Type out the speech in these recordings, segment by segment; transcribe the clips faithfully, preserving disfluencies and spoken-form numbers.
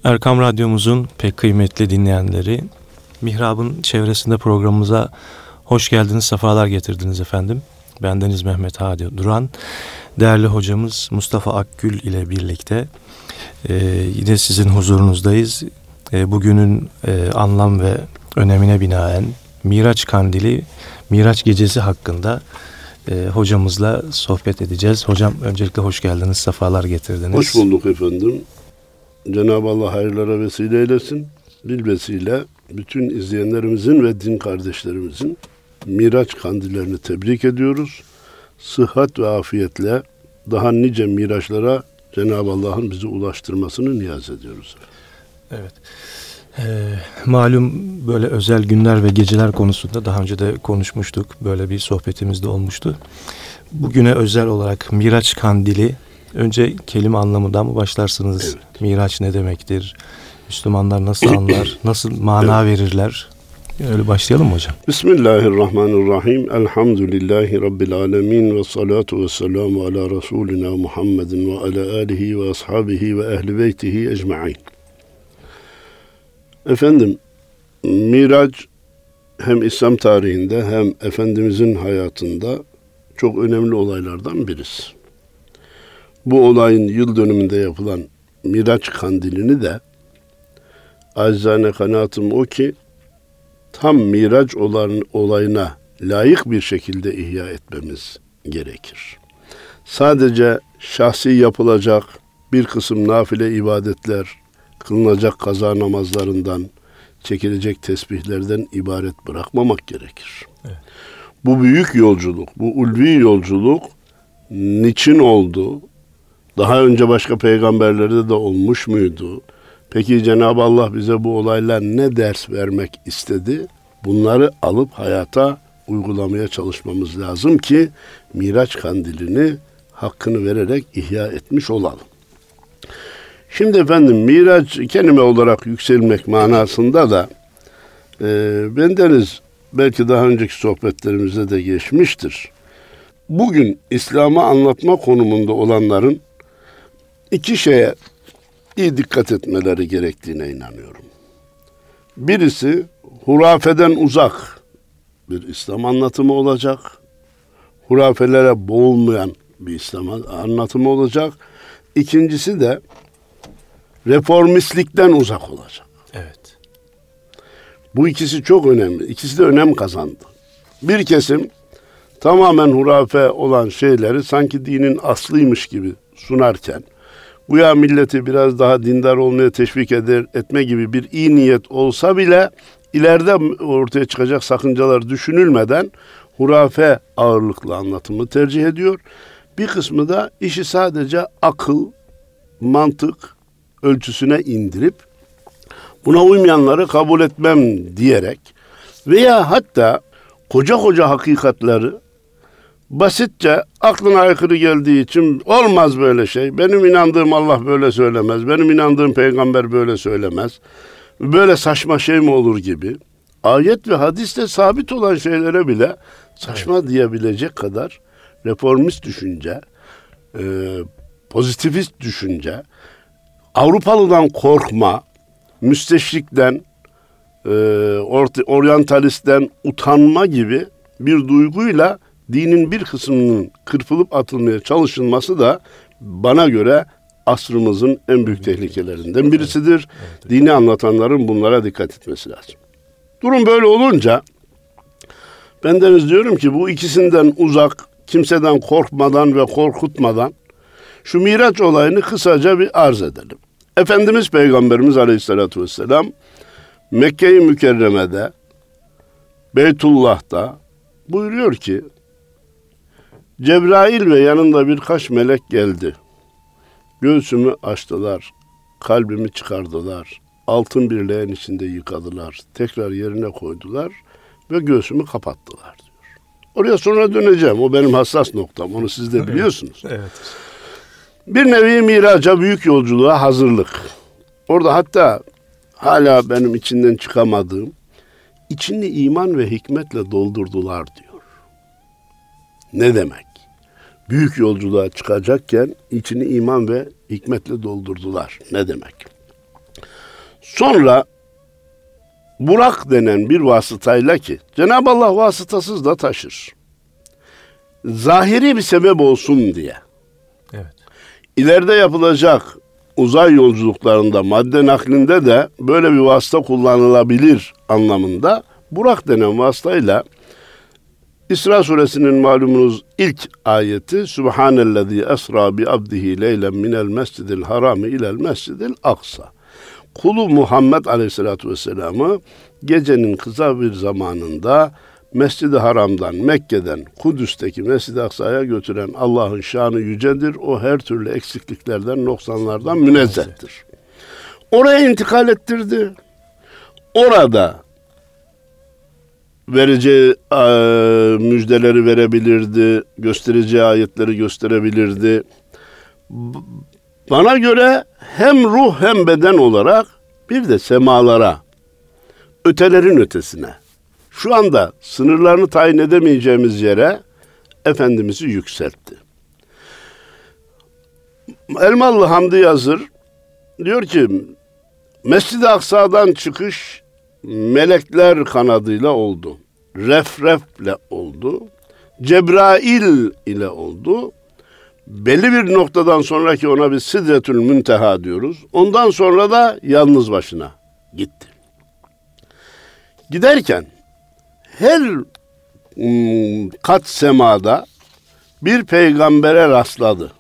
Erkam Radyomuzun pek kıymetli dinleyenleri, Mihrab'ın çevresinde programımıza hoş geldiniz, sefalar getirdiniz efendim. Bendeniz Mehmet Hadi Duran, değerli hocamız Mustafa Akgül ile birlikte e, yine sizin huzurunuzdayız. E, bugünün e, anlam ve önemine binaen Miraç Kandili, Miraç Gecesi hakkında e, hocamızla sohbet edeceğiz. Hocam öncelikle hoş geldiniz, sefalar getirdiniz. Hoş bulduk efendim. Cenab-ı Allah hayırlara vesile eylesin. Bilvesile bütün izleyenlerimizin ve din kardeşlerimizin Miraç kandillerini tebrik ediyoruz. Sıhhat ve afiyetle daha nice miraçlara Cenab-ı Allah'ın bizi ulaştırmasını niyaz ediyoruz. Evet. Ee, malum böyle özel günler ve geceler konusunda daha önce de konuşmuştuk. Böyle bir sohbetimiz de olmuştu. Bugüne özel olarak Miraç Kandili, önce kelime anlamından mı başlarsınız? Evet. Miraç ne demektir? Müslümanlar nasıl anlar? Nasıl mana evet. verirler? Öyle başlayalım mı hocam? Bismillahirrahmanirrahim. Elhamdülillahi Rabbil alemin. Ve salatu ve selamu ala Resulina Muhammedin ve ala alihi ve ashabihi ve ehli beytihi ecma'in. Efendim, Miraç hem İslam tarihinde hem Efendimizin hayatında çok önemli olaylardan birisi. Bu olayın yıl dönümünde yapılan Miraç Kandilini de acizane kanaatim o ki tam Miraç olayına layık bir şekilde ihya etmemiz gerekir. Sadece şahsi yapılacak bir kısım nafile ibadetler, kılınacak kaza namazlarından, çekilecek tesbihlerden ibaret bırakmamak gerekir. Evet. Bu büyük yolculuk, bu ulvi yolculuk niçin oldu? Daha önce başka peygamberlerde de olmuş muydu? Peki Cenab-ı Allah bize bu olaylar ne ders vermek istedi? Bunları alıp hayata uygulamaya çalışmamız lazım ki Miraç Kandilini hakkını vererek ihya etmiş olalım. Şimdi efendim Miraç kelime olarak yükselmek manasında da e, bendeniz belki daha önceki sohbetlerimizde de geçmiştir. Bugün İslam'ı anlatma konumunda olanların iki şeye iyi dikkat etmeleri gerektiğine inanıyorum. Birisi hurafeden uzak bir İslam anlatımı olacak. Hurafelere boğulmayan bir İslam anlatımı olacak. İkincisi de reformistlikten uzak olacak. Evet. Bu ikisi çok önemli. İkisi de önem kazandı. Bir kesim tamamen hurafe olan şeyleri sanki dinin aslıymış gibi sunarken, bu ya milleti biraz daha dindar olmaya teşvik eder, etme gibi bir iyi niyet olsa bile ileride ortaya çıkacak sakıncalar düşünülmeden hurafe ağırlıklı anlatımı tercih ediyor. Bir kısmı da işi sadece akıl, mantık ölçüsüne indirip buna uymayanları kabul etmem diyerek veya hatta koca koca hakikatleri basitçe aklına aykırı geldiği için olmaz böyle şey. Benim inandığım Allah böyle söylemez. Benim inandığım peygamber böyle söylemez. Böyle saçma şey mi olur gibi. Ayet ve hadiste sabit olan şeylere bile saçma evet. diyebilecek kadar reformist düşünce, e, pozitivist düşünce, Avrupalıdan korkma, müsteşrikten, e, oryantalistten utanma gibi bir duyguyla dinin bir kısmının kırpılıp atılmaya çalışılması da bana göre asrımızın en büyük tehlikelerinden birisidir. Dini anlatanların bunlara dikkat etmesi lazım. Durum böyle olunca bendeniz diyorum ki bu ikisinden uzak, kimseden korkmadan ve korkutmadan şu Miraç olayını kısaca bir arz edelim. Efendimiz Peygamberimiz Aleyhisselatü Vesselam Mekke-i Mükerreme'de, Beytullah'ta buyuruyor ki Cebrail ve yanında birkaç melek geldi. Göğsümü açtılar, kalbimi çıkardılar, altın bir leğen içinde yıkadılar, tekrar yerine koydular ve göğsümü kapattılar diyor. Oraya sonra döneceğim, o benim hassas noktam, onu siz de biliyorsunuz. Evet. Bir nevi miraca, büyük yolculuğa hazırlık. Orada hatta hala benim içinden çıkamadığım, içini iman ve hikmetle doldurdular diyor. Ne demek? Büyük yolculuğa çıkacakken içini iman ve hikmetle doldurdular. Ne demek? Sonra Burak denen bir vasıtayla, ki Cenab-ı Allah vasıtasız da taşır, zahiri bir sebep olsun diye. Evet. İleride yapılacak uzay yolculuklarında, madde naklinde de böyle bir vasıta kullanılabilir anlamında Burak denen vasıtayla İsra suresinin malumunuz ilk ayeti Subhanellezî esra bi abdihi leylen minel mescidil harami ilel mescidil aksa. Kulu Muhammed Aleyhisselatü Vesselam'ı gecenin kısa bir zamanında Mescid-i Haram'dan, Mekke'den Kudüs'teki Mescid-i Aksa'ya götüren Allah'ın şanı yücedir. O her türlü eksikliklerden, noksanlardan münezzehtir. Oraya intikal ettirdi. Orada vereceği e, müjdeleri verebilirdi, göstereceği ayetleri gösterebilirdi. Bana göre hem ruh hem beden olarak bir de semalara, ötelerin ötesine, şu anda sınırlarını tayin edemeyeceğimiz yere Efendimiz'i yükseltti. Elmalı Hamdi Yazır diyor ki, Mescid-i Aksa'dan çıkış melekler kanadıyla oldu. Refrefle oldu. Cebrail ile oldu. Belli bir noktadan sonraki ona biz Sidretül Münteha diyoruz. Ondan sonra da yalnız başına gitti. Giderken her ım, kat semada bir peygambere rastladı.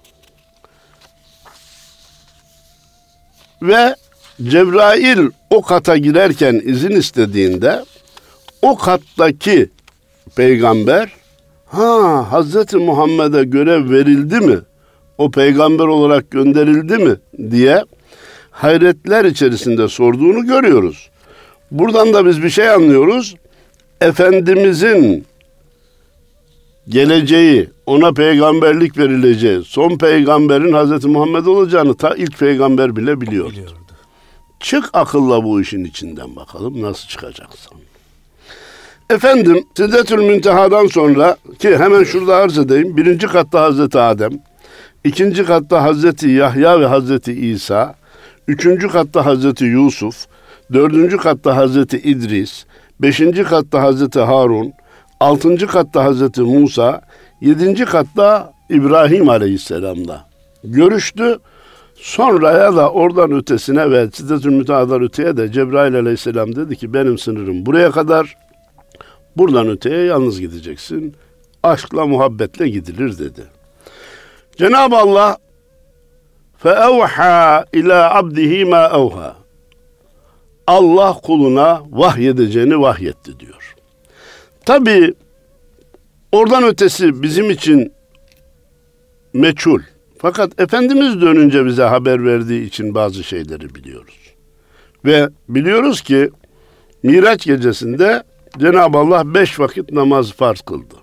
Ve Cebrail o kata girerken izin istediğinde o kattaki peygamber, ha Hazreti Muhammed'e görev verildi mi? O peygamber olarak gönderildi mi? diye hayretler içerisinde sorduğunu görüyoruz. Buradan da biz bir şey anlıyoruz. Efendimizin geleceği, ona peygamberlik verileceği, son peygamberin Hazreti Muhammed olacağını ta ilk peygamber bile biliyordu. Biliyordu. Çık akılla bu işin içinden bakalım nasıl çıkacaksın. Efendim Sidretül Münteha'dan sonra, ki hemen şurada arz edeyim, birinci katta Hazreti Adem, ikinci katta Hazreti Yahya ve Hazreti İsa, üçüncü katta Hazreti Yusuf, dördüncü katta Hazreti İdris, beşinci katta Hazreti Harun, altıncı katta Hazreti Musa, yedinci katta İbrahim Aleyhisselam'la görüştü. Sonraya da oradan ötesine ve Sidretül Münteha'dan öteye de Cebrail Aleyhisselam dedi ki benim sınırım buraya kadar, buradan öteye yalnız gideceksin. Aşkla, muhabbetle gidilir dedi. Cenab-ı Allah فَاَوْحَا اِلَى عَبْدِهِ مَا اَوْحَا Allah kuluna vahyedeceğini vahyetti diyor. Tabi oradan ötesi bizim için meçhul. Fakat Efendimiz dönünce bize haber verdiği için bazı şeyleri biliyoruz. Ve biliyoruz ki Miraç gecesinde Cenab-ı Allah beş vakit namaz farz kıldı.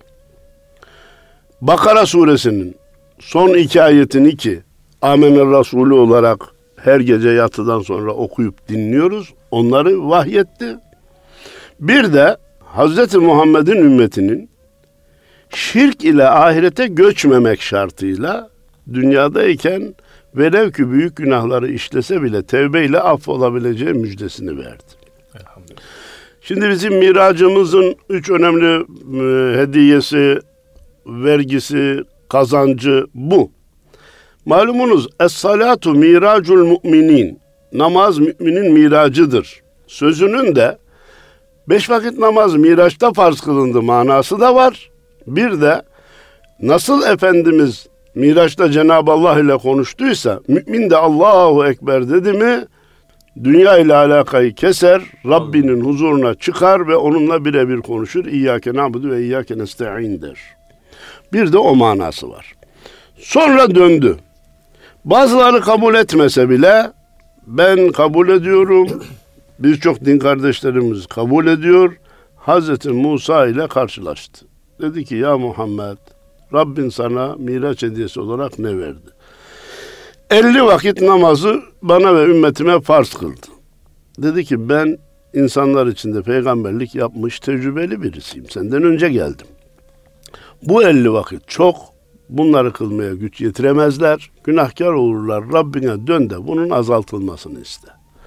Bakara suresinin son iki ayetini ki Amener Resulü olarak her gece yatıdan sonra okuyup dinliyoruz. Onları vahyetti. Bir de Hazreti Muhammed'in ümmetinin şirk ile ahirete göçmemek şartıyla dünyadayken velev ki büyük günahları işlese bile tevbe ile affolabileceği müjdesini verdi. Elhamdülillah. Şimdi bizim miracımızın üç önemli e, hediyesi, vergisi, kazancı bu. Malumunuz es-salatu miracul mu'minin. Namaz müminin miracıdır. Sözünün de beş vakit namaz miraçta farz kılındı manası da var. Bir de nasıl Efendimiz miraçta Cenab-ı Allah ile konuştuysa mümin de Allahu Ekber dedi mi dünya ile alakayı keser, Rabbinin huzuruna çıkar ve onunla birebir konuşur. İyyâke na'budu ve iyyâke nesta'in der. Bir de o manası var. Sonra döndü. Bazıları kabul etmese bile ben kabul ediyorum. Birçok din kardeşlerimiz kabul ediyor. Hazreti Musa ile karşılaştı. Dedi ki ya Muhammed, Rabbin sana Miraç hediyesi olarak ne verdi? elli vakit namazı bana ve ümmetime farz kıldı. Dedi ki ben insanlar içinde peygamberlik yapmış tecrübeli birisiyim. Senden önce geldim. Bu elli vakit çok. Bunları kılmaya güç yetiremezler. Günahkar olurlar. Rabbine dön de bunun azaltılmasını iste.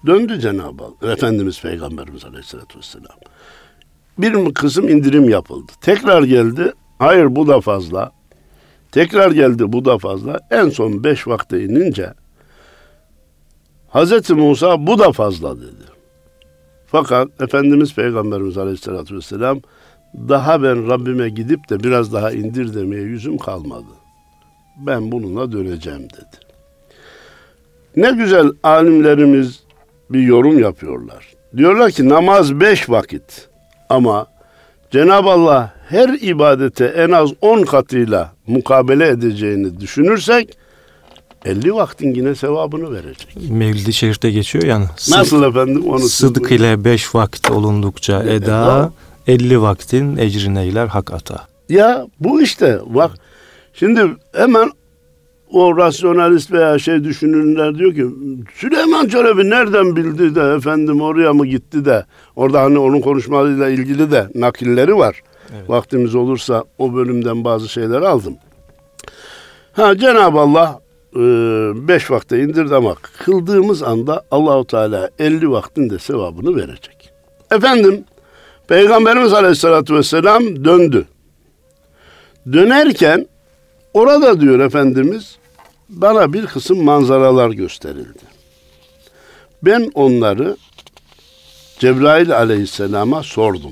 Döndü Cenab-ı Allah. Efendimiz Peygamberimiz Aleyhisselatü Vesselam. Bir kısım indirim yapıldı. Tekrar geldi. Hayır bu da fazla. Tekrar geldi bu da fazla. En son beş vakte inince Hazreti Musa bu da fazla dedi. Fakat Efendimiz Peygamberimiz Aleyhisselatü Vesselam daha ben Rabbime gidip de biraz daha indir demeye yüzüm kalmadı. Ben bununla döneceğim dedi. Ne güzel alimlerimiz bir yorum yapıyorlar. Diyorlar ki namaz beş vakit ama Cenab-ı Allah her ibadete en az on katıyla mukabele edeceğini düşünürsek elli vaktin yine sevabını verecek. Mevlid-i Şerif'te geçiyor yani. Nasıl efendim? Onu Sıdk ile beş vakit olundukça eda, eda elli vaktin ecrin eyler hak ata. Ya bu işte bak şimdi hemen o rasyonalist veya şey düşünürler diyor ki Süleyman Çelebi nereden bildi de efendim oraya mı gitti de orada hani onun konuşmalarıyla ilgili de nakilleri var. Evet. Vaktimiz olursa o bölümden bazı şeyler aldım. Ha Cenab-ı Allah e, beş vakte indirdi ama kıldığımız anda Allahu Teala elli vaktin de sevabını verecek. Efendim Peygamberimiz Aleyhisselatü Vesselam döndü. Dönerken orada diyor Efendimiz bana bir kısım manzaralar gösterildi. Ben onları Cebrail Aleyhisselam'a sordum.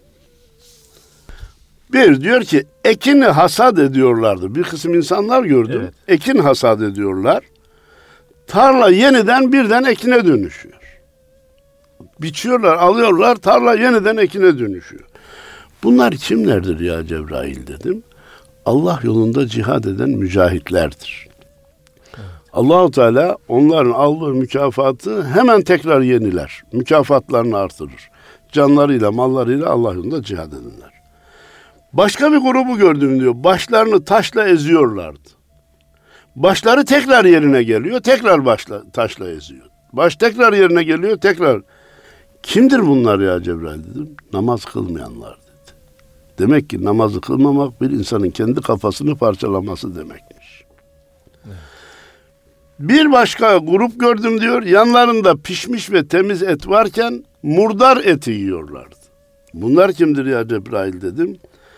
Bir diyor ki ekini hasat ediyorlardı. Bir kısım insanlar gördüm. Evet. Ekin hasat ediyorlar. Tarla yeniden birden ekine dönüşüyor. Biçiyorlar, alıyorlar, tarla yeniden ekine dönüşüyor. Bunlar kimlerdir ya Cebrail dedim. Allah yolunda cihad eden mücahitlerdir. Evet. Allah-u Teala onların aldığı mükafatı hemen tekrar yeniler. Mükafatlarını artırır. Canlarıyla, mallarıyla Allah yolunda cihad edenler. Başka bir grubu gördüm diyor. Başlarını taşla eziyorlardı. Başları tekrar yerine geliyor. Tekrar başla, taşla eziyor. Baş tekrar yerine geliyor. Tekrar. Kimdir bunlar ya Cebrail dedim. Namaz kılmayanlar dedi. Demek ki namazı kılmamak bir insanın kendi kafasını parçalaması demekmiş. Evet. Bir başka grup gördüm diyor. Yanlarında pişmiş ve temiz et varken murdar eti yiyorlardı. Bunlar kimdir ya Cebrail dedim.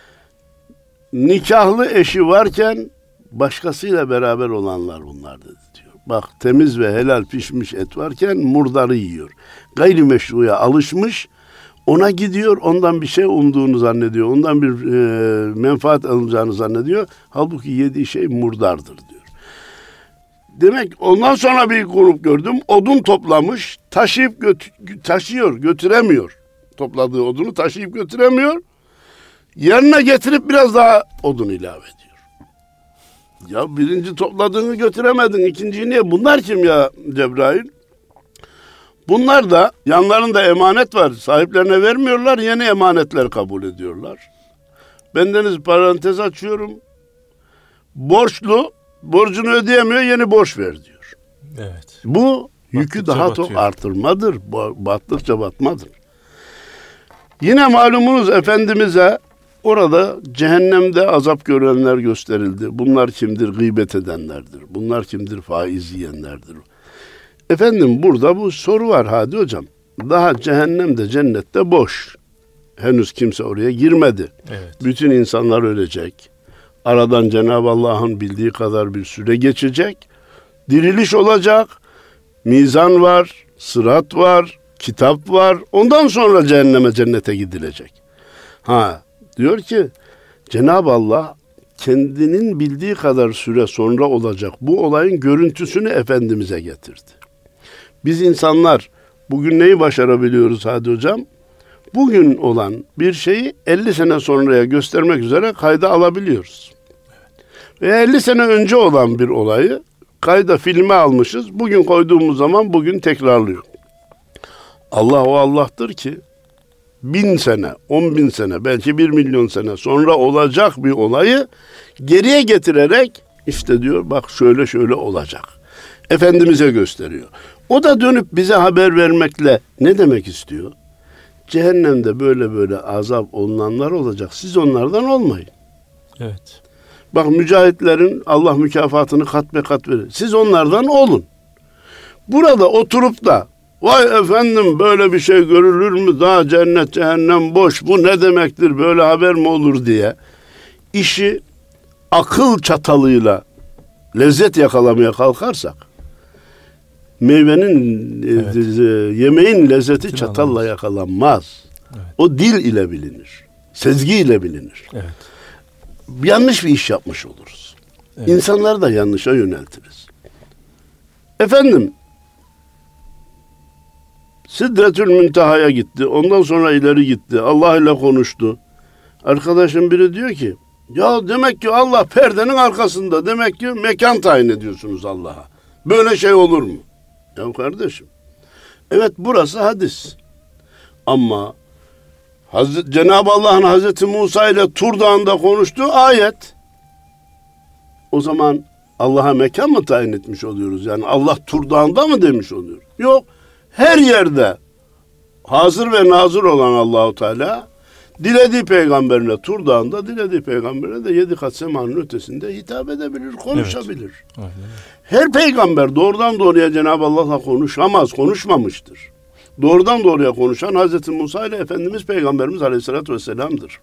Nikahlı eşi varken başkasıyla beraber olanlar bunlar dedi diyor. Bak temiz ve helal pişmiş et varken murdarı yiyor. Gayrimeşruya alışmış, ona gidiyor, ondan bir şey umduğunu zannediyor. Ondan bir e, menfaat alacağını zannediyor. Halbuki yediği şey murdardır diyor. Demek ondan sonra bir grup gördüm. Odun toplamış, taşıyıp götü- taşıyor, götüremiyor. Topladığı odunu taşıyıp götüremiyor. Yanına getirip biraz daha odun ilave ediyor. Ya birinci topladığını götüremedin, ikinciyi niye? Bunlar kim ya Cebrail? Bunlar da yanlarında emanet var. Sahiplerine vermiyorlar, yeni emanetler kabul ediyorlar. Bendeniz parantez açıyorum. Borçlu, borcunu ödeyemiyor, yeni borç ver diyor. Evet. Bu yükü battıkça daha batıyor. çok artırmadır. Battıkça batmadır. Yine malumunuz Efendimiz'e orada cehennemde azap görenler gösterildi. Bunlar kimdir? Gıybet edenlerdir. Bunlar kimdir? Faiz yiyenlerdir. Efendim burada bu soru var Hadi Hocam. Daha cehennemde cennette boş. Henüz kimse oraya girmedi. Evet. Bütün insanlar ölecek. Aradan Cenab-ı Allah'ın bildiği kadar bir süre geçecek. Diriliş olacak. Mizan var, sırat var, kitap var. Ondan sonra cehenneme, cennete gidilecek. Ha, diyor ki Cenab-ı Allah kendinin bildiği kadar süre sonra olacak bu olayın görüntüsünü Efendimiz'e getirdi. Biz insanlar bugün neyi başarabiliyoruz Hadi Hocam? Bugün olan bir şeyi elli sene sonraya göstermek üzere kayda alabiliyoruz. Ve elli sene önce olan bir olayı kayda filme almışız. Bugün koyduğumuz zaman bugün tekrarlıyor. Allah o Allah'tır ki bin sene, on bin sene, belki bir milyon sene sonra olacak bir olayı geriye getirerek işte diyor bak şöyle şöyle olacak. Efendimiz'e gösteriyor. O da dönüp bize haber vermekle ne demek istiyor? Cehennemde böyle böyle azap olunanlar olacak. Siz onlardan olmayın. Evet. Bak mücahitlerin Allah mükafatını kat be kat verir. Siz onlardan olun. Burada oturup da Vay efendim böyle bir şey görülür mü? Daha cennet cehennem boş. Bu ne demektir? Böyle haber mi olur diye. İşi akıl çatalıyla lezzet yakalamaya kalkarsak meyvenin evet. e, yemeğin lezzeti Bütün çatalla anlamız. Yakalanmaz. Evet. O dil ile bilinir. Sezgi ile bilinir. Evet. Yanlış bir iş yapmış oluruz. Evet. İnsanları da yanlışa yöneltiriz. Efendim Sidretül Münteha'ya gitti. Ondan sonra ileri gitti. Allah ile konuştu. Arkadaşım biri diyor ki ya demek ki Allah perdenin arkasında. Demek ki mekan tayin ediyorsunuz Allah'a. Böyle şey olur mu? Ya kardeşim. Evet burası hadis. Ama Hazreti, Cenab-ı Allah'ın Hazreti Musa ile Tur Dağı'nda konuştuğu ayet. O zaman Allah'a mekan mı tayin etmiş oluyoruz? Yani Allah Tur Dağı'nda mı demiş oluyor? Yok. Her yerde hazır ve nazır olan Allahu Teala dilediği peygamberine Tur Dağı'nda, dilediği peygamberine de yedi kat semanın ötesinde hitap edebilir, konuşabilir. Evet. Her peygamber doğrudan doğruya Cenab-ı Allah'la konuşamaz, konuşmamıştır. Doğrudan doğruya konuşan Hazreti Musa ile Efendimiz Peygamberimiz Aleyhisselatü Vesselam'dır.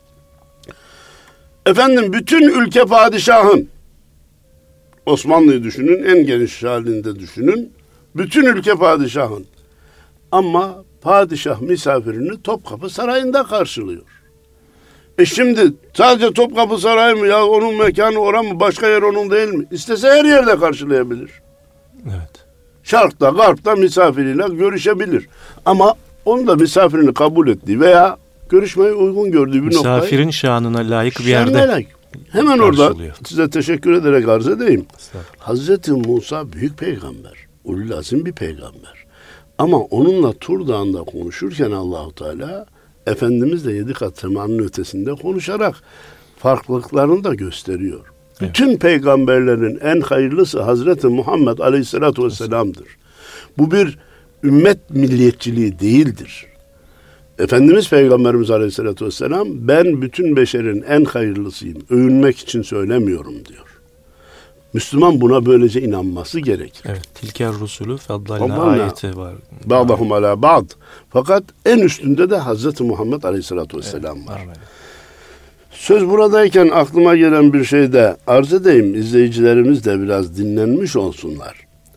Efendim bütün ülke padişahın, Osmanlı'yı düşünün, en geniş halinde düşünün, bütün ülke padişahın. Ama padişah misafirini Topkapı Sarayı'nda karşılıyor. E şimdi sadece Topkapı Sarayı mı ya? Onun mekanı orası mı? Başka yer onun değil mi? İstese her yerde karşılayabilir. Evet. Şarkta, Garp'ta misafiriyle görüşebilir. Ama onun da misafirini kabul ettiği veya görüşmeyi uygun gördüğü bir noktayı... Misafirin şanına layık bir yerde layık. Hemen orada size teşekkür ederek arz edeyim. Hazreti Musa büyük peygamber. Ulul azim bir peygamber. Ama onunla Tur Dağı'nda konuşurken Allahu Teala Efendimiz de yedi kat semanın ötesinde konuşarak farklılıklarını da gösteriyor. Evet. Bütün peygamberlerin en hayırlısı Hazreti Muhammed Aleyhisselatü Vesselam'dır. Bu bir ümmet milliyetçiliği değildir. Efendimiz Peygamberimiz Aleyhisselatü Vesselam ben bütün beşerin en hayırlısıyım. Övünmek için söylemiyorum diyor. Müslüman buna böylece inanması gerekir. Evet. Tilker Rusulü Feddalna ayeti var. Ba'dahum ala ba'd. Fakat en üstünde de Hazreti Muhammed Aleyhisselatü Vesselam evet, var. Amin. Söz buradayken aklıma gelen bir şey de arz edeyim. İzleyicilerimiz de biraz dinlenmiş olsunlar.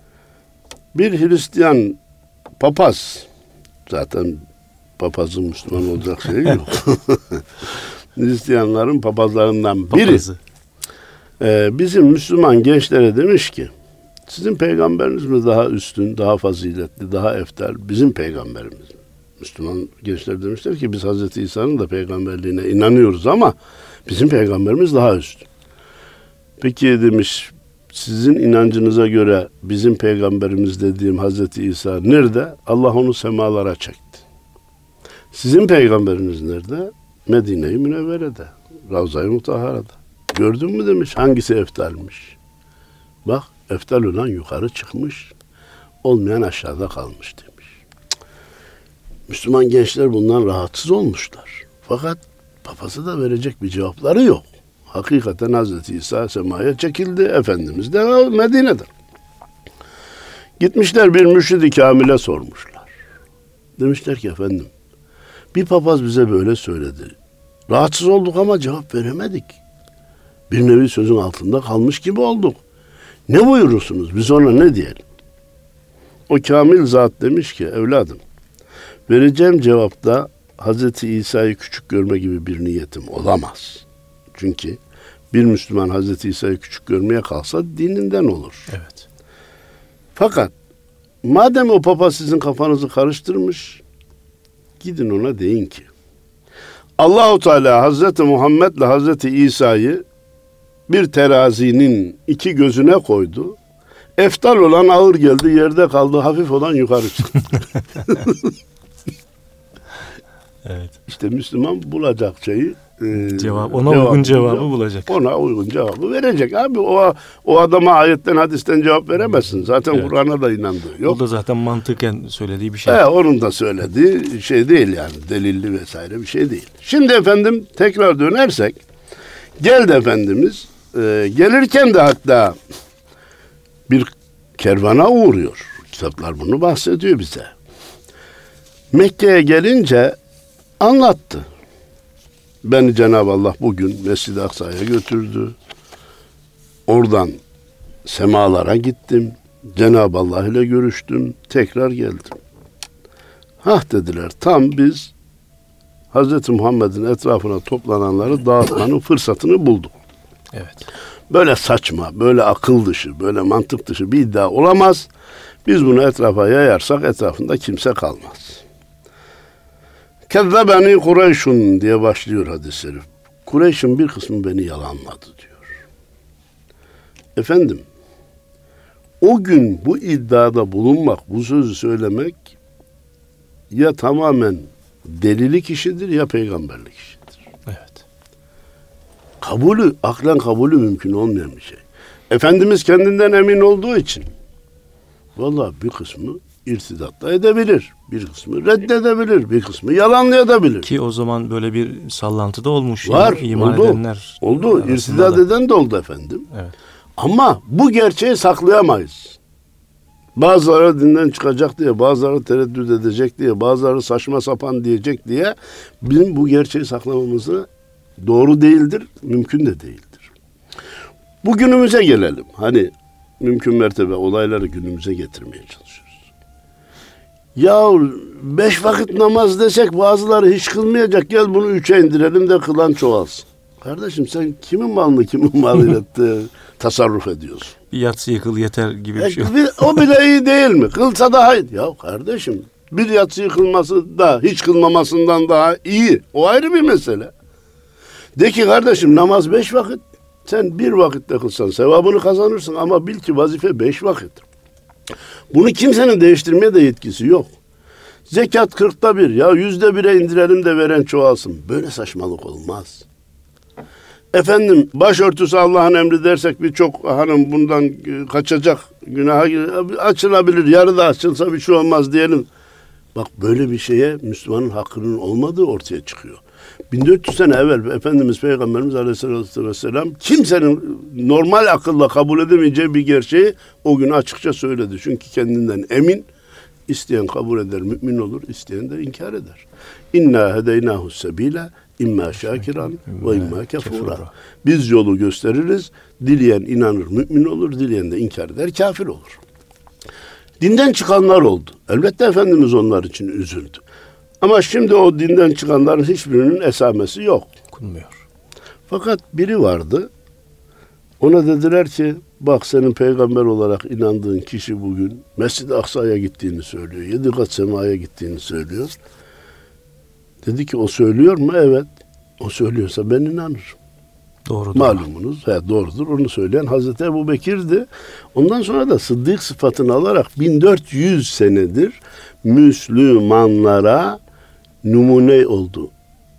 Bir Hristiyan papaz, zaten papazın Müslüman olacak şey yok. Hristiyanların papazlarından biri. Papazı. Ee, bizim Müslüman gençlere demiş ki sizin peygamberiniz mi daha üstün, daha faziletli, daha eftal? Bizim peygamberimiz mi? Müslüman gençler demişler ki biz Hazreti İsa'nın da peygamberliğine inanıyoruz ama bizim peygamberimiz daha üstün. Peki demiş sizin inancınıza göre bizim peygamberimiz dediğim Hazreti İsa nerede? Allah onu semalara çekti. Sizin peygamberiniz nerede? Medine-i Münevvere'de, Ravza-i Mutahhara'da. Gördün mü demiş hangisi eftalmiş? Bak eftal olan yukarı çıkmış, olmayan aşağıda kalmış demiş. Müslüman gençler bundan rahatsız olmuşlar. Fakat papazı da verecek bir cevapları yok. Hakikaten Hazreti İsa semaya çekildi. Efendimiz de Medine'de. Gitmişler bir mürşid-i kamile sormuşlar. Demişler ki efendim bir papaz bize böyle söyledi. Rahatsız olduk ama cevap veremedik. Bir nevi sözün altında kalmış gibi olduk. Ne buyurursunuz? Biz ona ne diyelim? O kamil zat demiş ki evladım vereceğim cevapta Hazreti İsa'yı küçük görme gibi bir niyetim olamaz. Çünkü bir Müslüman Hazreti İsa'yı küçük görmeye kalsa dininden olur. Evet. Fakat madem o papa sizin kafanızı karıştırmış, gidin ona deyin ki Allahu Teala Hazreti Muhammed ile Hazreti İsa'yı bir terazinin iki gözüne koydu. Eftal olan ağır geldi, yerde kaldı, hafif olan yukarı çıktı. Evet. İşte Müslüman bulacak şeyi e, cevap ona cevabı, uygun cevabı bulacak. Ona uygun cevabı verecek. Abi o o adama ayetten hadisten cevap veremezsin. Zaten evet. Kur'an'a da inandığı yok. O da zaten mantıken söylediği bir şey. He, onun da söylediği şey değil yani. Delilli vesaire bir şey değil. Şimdi efendim tekrar dönersek geldi Efendimiz e, gelirken de hatta bir kervana uğruyor. Kitaplar bunu bahsediyor bize. Mekke'ye gelince anlattı. Beni Cenab-ı Allah bugün Mescid-i Aksa'ya götürdü. Oradan semalara gittim. Cenab-ı Allah ile görüştüm. Tekrar geldim. Hah dediler, tam biz Hazreti Muhammed'in etrafına toplananları dağıtmanın fırsatını bulduk. Evet. Böyle saçma, böyle akıl dışı, böyle mantık dışı bir iddia olamaz. Biz bunu etrafa yayarsak etrafında kimse kalmaz. Kezzebeni Kureyş'un diye başlıyor hadis-i şerif. Kureyş'in bir kısmı beni yalanladı diyor. Efendim, o gün bu iddiada bulunmak, bu sözü söylemek ya tamamen delilik işidir ya peygamberlik işidir. Evet. Kabulü, aklen kabulü mümkün olmayan bir şey. Efendimiz kendinden emin olduğu için vallahi bir kısmı irtidat da edebilir. Bir kısmı reddedebilir. Bir kısmı yalanlayabilir. Ki o zaman böyle bir sallantı da olmuş. Var. Yani, iman oldu. edenler Oldu. İrtidat eden de oldu efendim. Evet. Ama bu gerçeği saklayamayız. Bazıları dinden çıkacak diye, bazıları tereddüt edecek diye, bazıları saçma sapan diyecek diye bizim bu gerçeği saklamamızı doğru değildir, mümkün de değildir. Bugünümüze gelelim. Hani mümkün mertebe olayları günümüze getirmeye çalışıyoruz. Ya beş vakit namaz desek bazıları hiç kılmayacak. Gel bunu üçe indirelim de kılan çoğalsın. Kardeşim sen kimin malını kimin malıyla tasarruf ediyorsun? Bir yatsı yıkıl yeter gibi bir şey. E, o bile iyi değil mi? Kılsa daha iyi. Ya kardeşim bir yatsı yıkılması da hiç kılmamasından daha iyi. O ayrı bir mesele. De ki kardeşim namaz beş vakit. Sen bir vakitte kılsan sevabını kazanırsın ama bil ki vazife beş vakit. Bunu kimsenin değiştirmeye de yetkisi yok. Zekat kırkta bir. Ya yüzde bire indirelim de veren çoğalsın. Böyle saçmalık olmaz. Efendim başörtüsü Allah'ın emri dersek birçok hanım bundan kaçacak, günaha açılabilir, yarı da açılsa bir şey olmaz diyelim. Bak böyle bir şeye Müslümanın hakkının olmadığı ortaya çıkıyor. bin dört yüz sene evvel Efendimiz Peygamberimiz Aleyhisselatü Vesselam kimsenin normal akılla kabul edemeyeceği bir gerçeği o gün açıkça söyledi. Çünkü kendinden emin, isteyen kabul eder, mümin olur, isteyen de inkar eder. İnna hedeynahu sebile İmma şakiran ve imma kefura. Biz yolu gösteririz. Dileyen inanır, mümin olur. Dileyen de inkar eder, kafir olur. Dinden çıkanlar oldu. Elbette Efendimiz onlar için üzüldü. Ama şimdi o dinden çıkanların hiçbirinin esamesi yok. Okunmuyor. Fakat biri vardı. Ona dediler ki bak senin peygamber olarak inandığın kişi bugün Mescid-i Aksa'ya gittiğini söylüyor. Yedi kat semaya gittiğini söylüyor. Dedi ki o söylüyor mu? Evet. O söylüyorsa ben inanırım. Doğrudur. Malumunuz. He, doğrudur. Onu söyleyen Hazreti Ebu Bekir'di. Ondan sonra da Sıddık sıfatını alarak bin dört yüz senedir Müslümanlara numune oldu.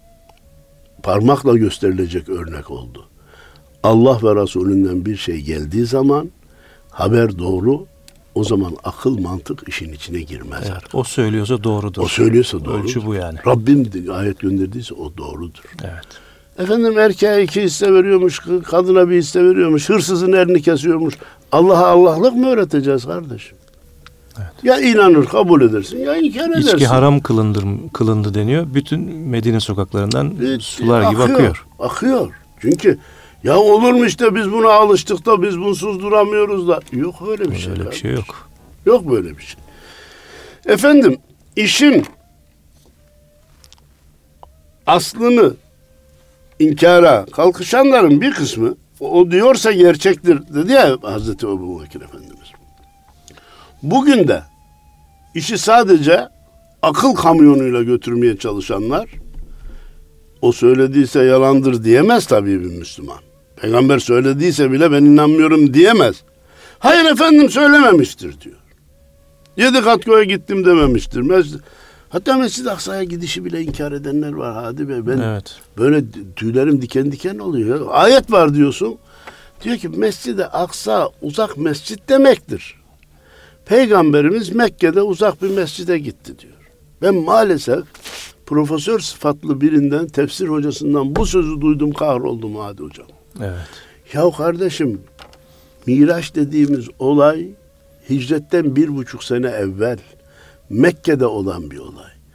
Parmakla gösterilecek örnek oldu. Allah ve Resulünden bir şey geldiği zaman haber doğru. O zaman akıl mantık işin içine girmez. Evet, o söylüyorsa doğrudur. O söylüyorsa doğrudur. Ölçü bu yani. Rabbim ayet gönderdiyse o doğrudur. Evet. Efendim erkeğe iki hisse veriyormuş, kadına bir hisse veriyormuş, hırsızın elini kesiyormuş. Allah'a Allah'lık mı öğreteceğiz kardeşim? Evet. Ya inanır, kabul edersin ya inkar edersin. İçki haram kılındır, kılındı deniyor. Bütün Medine sokaklarından bir, sular akıyor, gibi akıyor. Akıyor. Çünkü ya olur mu işte biz buna alıştık da biz bunsuz duramıyoruz da. Yok öyle bir öyle şey. Öyle bir şey yok. Yok böyle bir şey. Efendim işin aslını inkara kalkışanların bir kısmı o diyorsa gerçektir dedi ya Hazreti Ebu Bekir Efendimiz. Bugün de işi sadece akıl kamyonuyla götürmeye çalışanlar o söylediyse yalandır diyemez tabii bir Müslüman. Peygamber söylediyse bile ben inanmıyorum diyemez. Hayır efendim söylememiştir diyor. Yedi kat göğe gittim dememiştir. Mes- Hatta Mescid-i Aksa'ya gidişi bile inkar edenler var Hadi Bey. Ben evet. Böyle tüylerim diken diken oluyor. Ayet var diyorsun. Diyor ki Mescid-i Aksa uzak mescit demektir. Peygamberimiz Mekke'de uzak bir mescide gitti diyor. Ben maalesef profesör sıfatlı birinden, tefsir hocasından bu sözü duydum, kahroldum Hadi hocam. Evet. Ya kardeşim, Miraç dediğimiz olay hicretten bir buçuk sene evvel Mekke'de olan bir olay.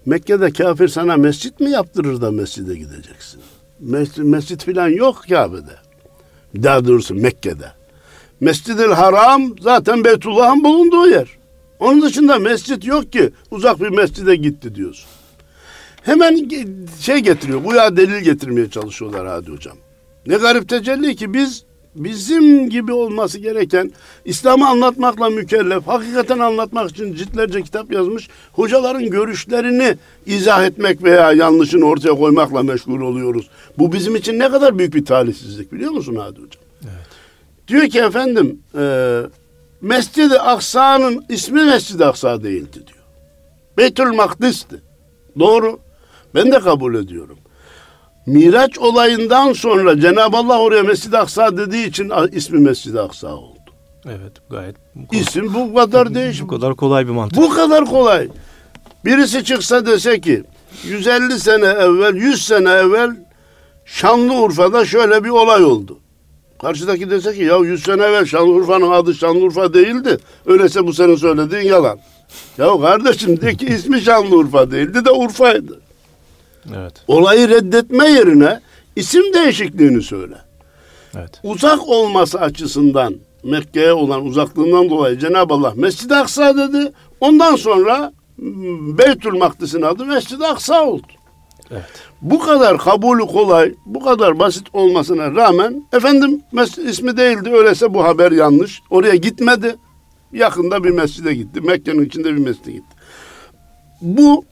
Mekke'de kafir sana mescit mi yaptırır da mescide gideceksin? Mescit, mescit falan yok Kabe'de. Daha doğrusu Mekke'de. Mescid-i Haram zaten Beytullah'ın bulunduğu yer. Onun dışında mescit yok ki uzak bir mescide gitti diyorsun. Hemen şey getiriyor, bu ya delil getirmeye çalışıyorlar Hadi Hocam. Ne garip tecelli ki biz bizim gibi olması gereken, İslam'ı anlatmakla mükellef, hakikaten anlatmak için ciltlerce kitap yazmış hocaların görüşlerini izah etmek veya yanlışını ortaya koymakla meşgul oluyoruz. Bu bizim için ne kadar büyük bir talihsizlik biliyor musun Hadi Hocam? Evet. Diyor ki efendim e, Mescid-i Aksa'nın ismi Mescid-i Aksa değildi diyor. Beytül Makdis'ti. Doğru. Ben de kabul ediyorum. Miraç olayından sonra Cenab-ı Allah oraya Mescid-i Aksa dediği için ismi Mescid-i Aksa oldu. Evet, gayet. İsim bu kadar değişik. Bu kadar kolay bir mantık. Bu kadar kolay. Birisi çıksa dese ki yüz elli sene evvel, yüz sene evvel Şanlıurfa'da şöyle bir olay oldu. Karşıdaki dese ki ya yüz sene evvel Şanlıurfa'nın adı Şanlıurfa değildi. Öyleyse bu senin söylediğin yalan. Ya kardeşim de ki ismi Şanlıurfa değildi de Urfa'ydı. Evet. Olayı reddetme yerine isim değişikliğini söyle. Evet. Uzak olması açısından Mekke'ye olan uzaklığından dolayı Cenab-ı Allah Mescid-i Aksa dedi. Ondan sonra Beytül Makdis'in adı Mescid-i Aksa oldu. Evet. Bu kadar kabulü kolay, bu kadar basit olmasına rağmen efendim mes- ismi değildi, öyleyse bu haber yanlış. Oraya gitmedi. Yakında bir mescide gitti. Mekke'nin içinde bir mescide gitti. Bu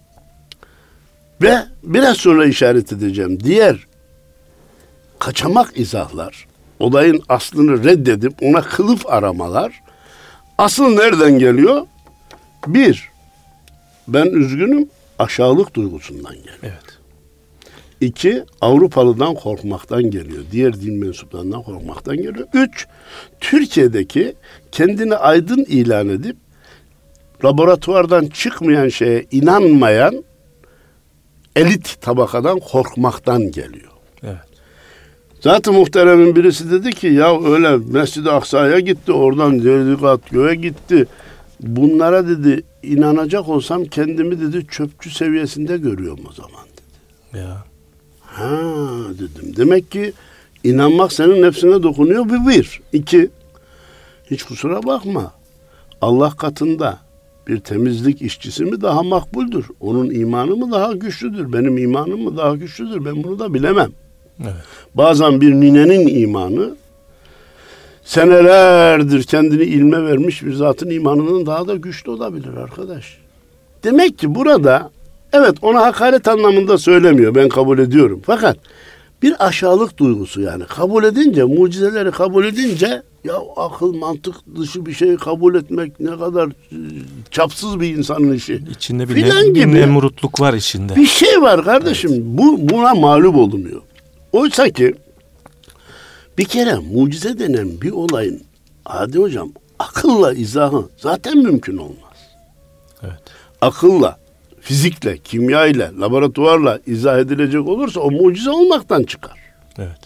ve biraz sonra işaret edeceğim. Diğer kaçamak izahlar, olayın aslını reddedip ona kılıf aramalar asıl nereden geliyor? Bir, ben üzgünüm, aşağılık duygusundan geliyor. Evet. İki, Avrupalıdan korkmaktan geliyor. Diğer din mensuplarından korkmaktan geliyor. Üç, Türkiye'deki kendini aydın ilan edip laboratuvardan çıkmayan şeye inanmayan elit tabakadan korkmaktan geliyor. Evet. Zaten muhteremin birisi dedi ki ya öyle Mescid-i Aksa'ya gitti, oradan Derdikat göğe gitti. Bunlara dedi inanacak olsam kendimi dedi çöpçü seviyesinde görüyorum o zaman dedi. Ya. Ha dedim. Demek ki inanmak senin nefsine dokunuyor. Bu bir. İki, hiç kusura bakma. Allah katında bir temizlik işçisi mi daha makbuldür? Onun imanı mı daha güçlüdür? Benim imanım mı daha güçlüdür? Ben bunu da bilemem. Evet. Bazen bir ninenin imanı senelerdir kendini ilme vermiş bir zatın imanının daha da güçlü olabilir arkadaş. Demek ki burada evet ona hakaret anlamında söylemiyor. Ben kabul ediyorum. Fakat bir aşağılık duygusu yani. Kabul edince, mucizeleri kabul edince ya akıl mantık dışı bir şeyi kabul etmek ne kadar çapsız bir insanın işi. İçinde bir, ne, bir nemrutluk var içinde. Bir şey var kardeşim. Evet. Bu buna mağlup olunuyor. Oysa ki bir kere mucize denen bir olayın Hadi Hocam akılla izahı zaten mümkün olmaz. Evet. Akılla, fizikle, kimyayla, laboratuvarla izah edilecek olursa o mucize olmaktan çıkar. Evet.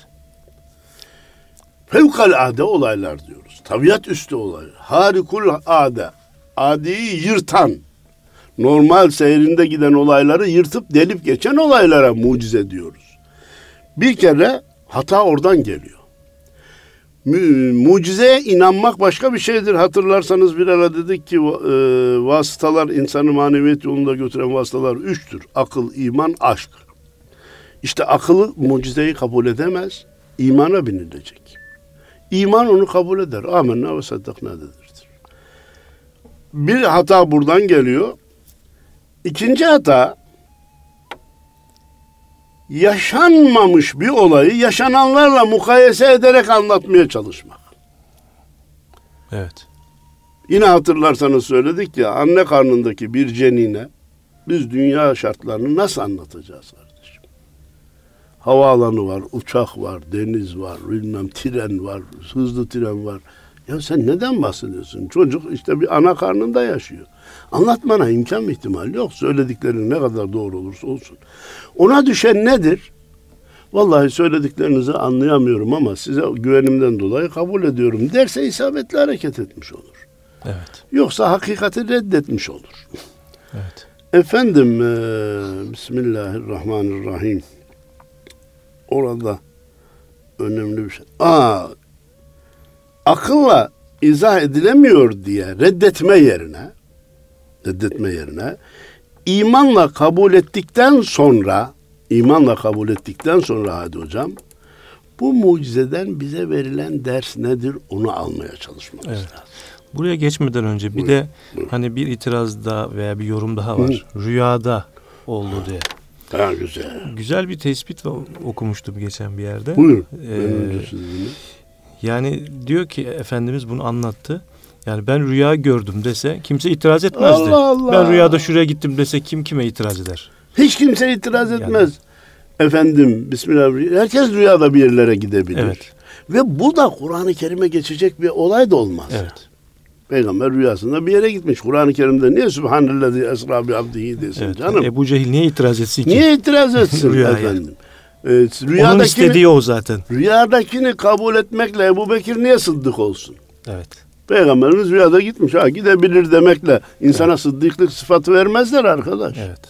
Fevkalade olaylar diyoruz. Tabiat üstü olaylar. Harikul ade. Adiyi yırtan, normal seyrinde giden olayları yırtıp delip geçen olaylara mucize diyoruz. Bir kere hata oradan geliyor. Mucizeye inanmak başka bir şeydir. Hatırlarsanız bir ara dedik ki e, vasıtalar insanı maneviyat yolunda götüren vasıtalar üçtür. Akıl, iman, aşk. İşte akıllı mucizeyi kabul edemez. İmana binilecek. İman onu kabul eder. Amenna ve saddakna dedirtir. Bir hata buradan geliyor. İkinci hata yaşanmamış bir olayı yaşananlarla mukayese ederek anlatmaya çalışmak. Evet. Yine hatırlarsanız söyledik ya anne karnındaki bir cenine biz dünya şartlarını nasıl anlatacağız kardeşim? Havaalanı var, uçak var, deniz var, bilmem tren var, hızlı tren var. Ya sen neden bahsediyorsun? Çocuk işte bir ana karnında yaşıyor. Anlatmana imkan ve ihtimal yok. Söylediklerin ne kadar doğru olursa olsun. Ona düşen nedir? Vallahi söylediklerinizi anlayamıyorum ama size güvenimden dolayı kabul ediyorum derse isabetli hareket etmiş olur. Evet. Yoksa hakikati reddetmiş olur. Evet. Efendim, e, Bismillahirrahmanirrahim. Orada önemli bir şey. Aa, akılla izah edilemiyor diye reddetme yerine, reddetme yerine imanla kabul ettikten sonra, imanla kabul ettikten sonra hadi hocam, bu mucizeden bize verilen ders nedir onu almaya çalışmamız Evet. lazım. Buraya geçmeden önce bir Buyurun, de buyurun. hani bir itiraz daha veya bir yorum daha var. Hı. Rüyada oldu diye. Ha, güzel. Güzel bir tespit okumuştum geçen bir yerde. Buyurun. Ee, yani diyor ki Efendimiz bunu anlattı. Yani ben rüya gördüm dese kimse itiraz etmezdi. Allah Allah. Ben rüyada şuraya gittim dese kim kime itiraz eder? Hiç kimse itiraz etmez. Yani. Efendim, Bismillahirrahmanirrahim. Herkes rüyada bir yerlere gidebilir. Evet. Ve bu da Kur'an-ı Kerim'e geçecek bir olay da olmaz. Evet. Peygamber rüyasında bir yere gitmiş. Kur'an-ı Kerim'de niye Sübhanellezi esra bi abdihi desin Evet. canım? Ebu Cehil niye itiraz etsin ki? Niye itiraz etsin efendim? Ee, Onun istediği o zaten. Rüyadakini kabul etmekle Ebu Bekir niye sıddık olsun? Evet. Peygamberimiz rüyada gitmiş. Ha, gidebilir demekle insana evet. sıddıklık sıfatı vermezler arkadaş. Evet.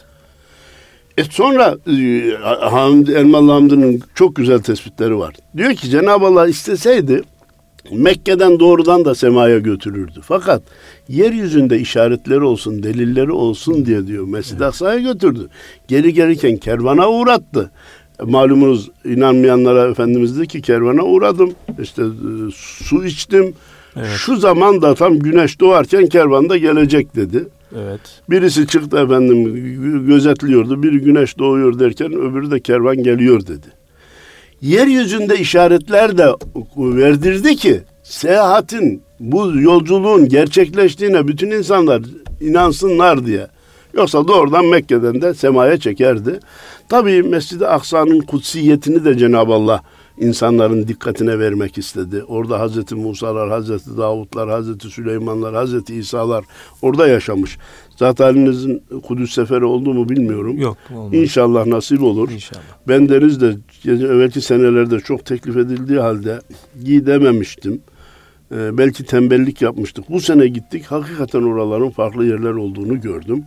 E sonra e, Hamdi, Elmalı Hamdi'nin çok güzel tespitleri var. Diyor ki Cenab-ı Allah isteseydi Mekke'den doğrudan da semaya götürürdü. Fakat yeryüzünde işaretleri olsun, delilleri olsun diye diyor Mescid-i Aksa'ya götürdü. Geri gelirken kervana uğrattı. Malumunuz inanmayanlara Efendimiz dedi ki kervana uğradım. İşte e, su içtim. Evet. Şu zaman da tam güneş doğarken kervan da gelecek dedi. Evet. Birisi çıktı efendim gözetliyordu. Biri güneş doğuyor derken öbürü de kervan geliyor dedi. Yeryüzünde işaretler de verdirdi ki seyahatin, bu yolculuğun gerçekleştiğine bütün insanlar inansınlar diye. Yoksa doğrudan Mekke'den de semaya çekerdi. Tabii Mescid-i Aksa'nın kutsiyetini de Cenab-ı Allah insanların dikkatine vermek istedi. Orada Hazreti Musa'lar, Hazreti Davutlar, Hazreti Süleymanlar, Hazreti İsa'lar orada yaşamış. Zaten halinizin Kudüs seferi oldu mu bilmiyorum. Yok, olmaz. İnşallah nasip olur. İnşallah. Ben deniz de evvelki senelerde çok teklif edildiği halde gidememiştim. Ee, belki tembellik yapmıştık. Bu sene gittik. Hakikaten oraların farklı yerler olduğunu gördüm.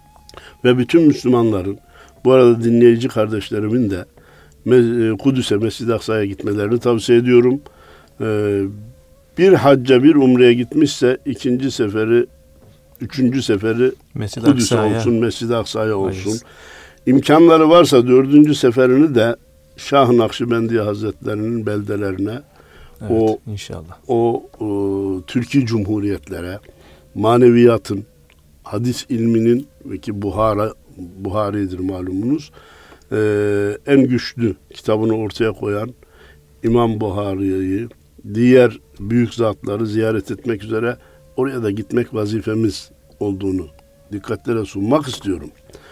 Ve bütün Müslümanların, bu arada dinleyici kardeşlerimin de Kudüs'e, Mescid-i Aksa'ya gitmelerini tavsiye ediyorum. Ee, bir hacca, bir umreye gitmişse ikinci seferi, üçüncü seferi Mescid-i Kudüs'e Aksa'ya olsun, Mescid-i Aksa'ya olsun. Hayır. İmkanları varsa dördüncü seferini de Şah-ı Nakşibendiye Hazretlerinin beldelerine, evet, o, inşallah. o, o Türkiye Cumhuriyetlere, maneviyatın, hadis ilminin ve ki Buhara, Buhari'dir malumunuz, Ee, en güçlü kitabını ortaya koyan İmam Buhari'yi, diğer büyük zatları ziyaret etmek üzere oraya da gitmek vazifemiz olduğunu dikkatlere sunmak istiyorum.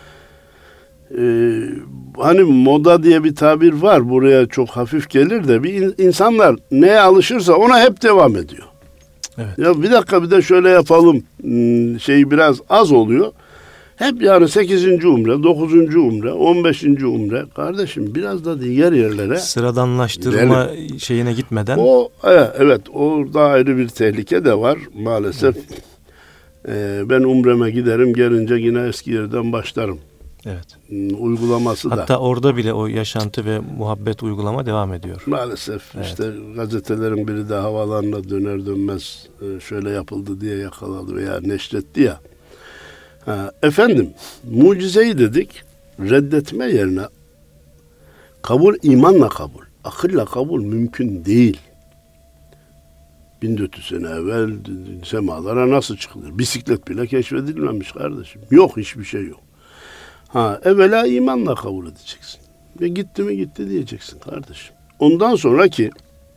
Ee, hani moda diye bir tabir var, buraya çok hafif gelir de bir insanlar neye alışırsa ona hep devam ediyor. Evet. Ya bir dakika bir de şöyle yapalım şey biraz az oluyor. Hep yani sekizinci umre, dokuzuncu umre, on beşinci umre. Kardeşim biraz da diğer yerlere sıradanlaştırma gidelim. Şeyine gitmeden. O evet, orada ayrı bir tehlike de var maalesef. Evet. Ee, ben umreme giderim, gelince yine eski yerden başlarım. Evet. Uygulaması Hatta da. Hatta orada bile o yaşantı ve muhabbet uygulama devam ediyor. Maalesef. Evet. İşte gazetelerin biri de havalarına döner dönmez şöyle yapıldı diye yakaladı veya neşretti ya. Ha, efendim, mucizeyi dedik, reddetme yerine kabul, imanla kabul, akılla kabul mümkün değil. bin dört yüz sene evvel semalara nasıl çıkılır? Bisiklet bile keşfedilmemiş kardeşim. Yok, hiçbir şey yok. Ha, evvela imanla kabul edeceksin. Ve gitti mi gitti diyeceksin kardeşim. Ondan sonraki,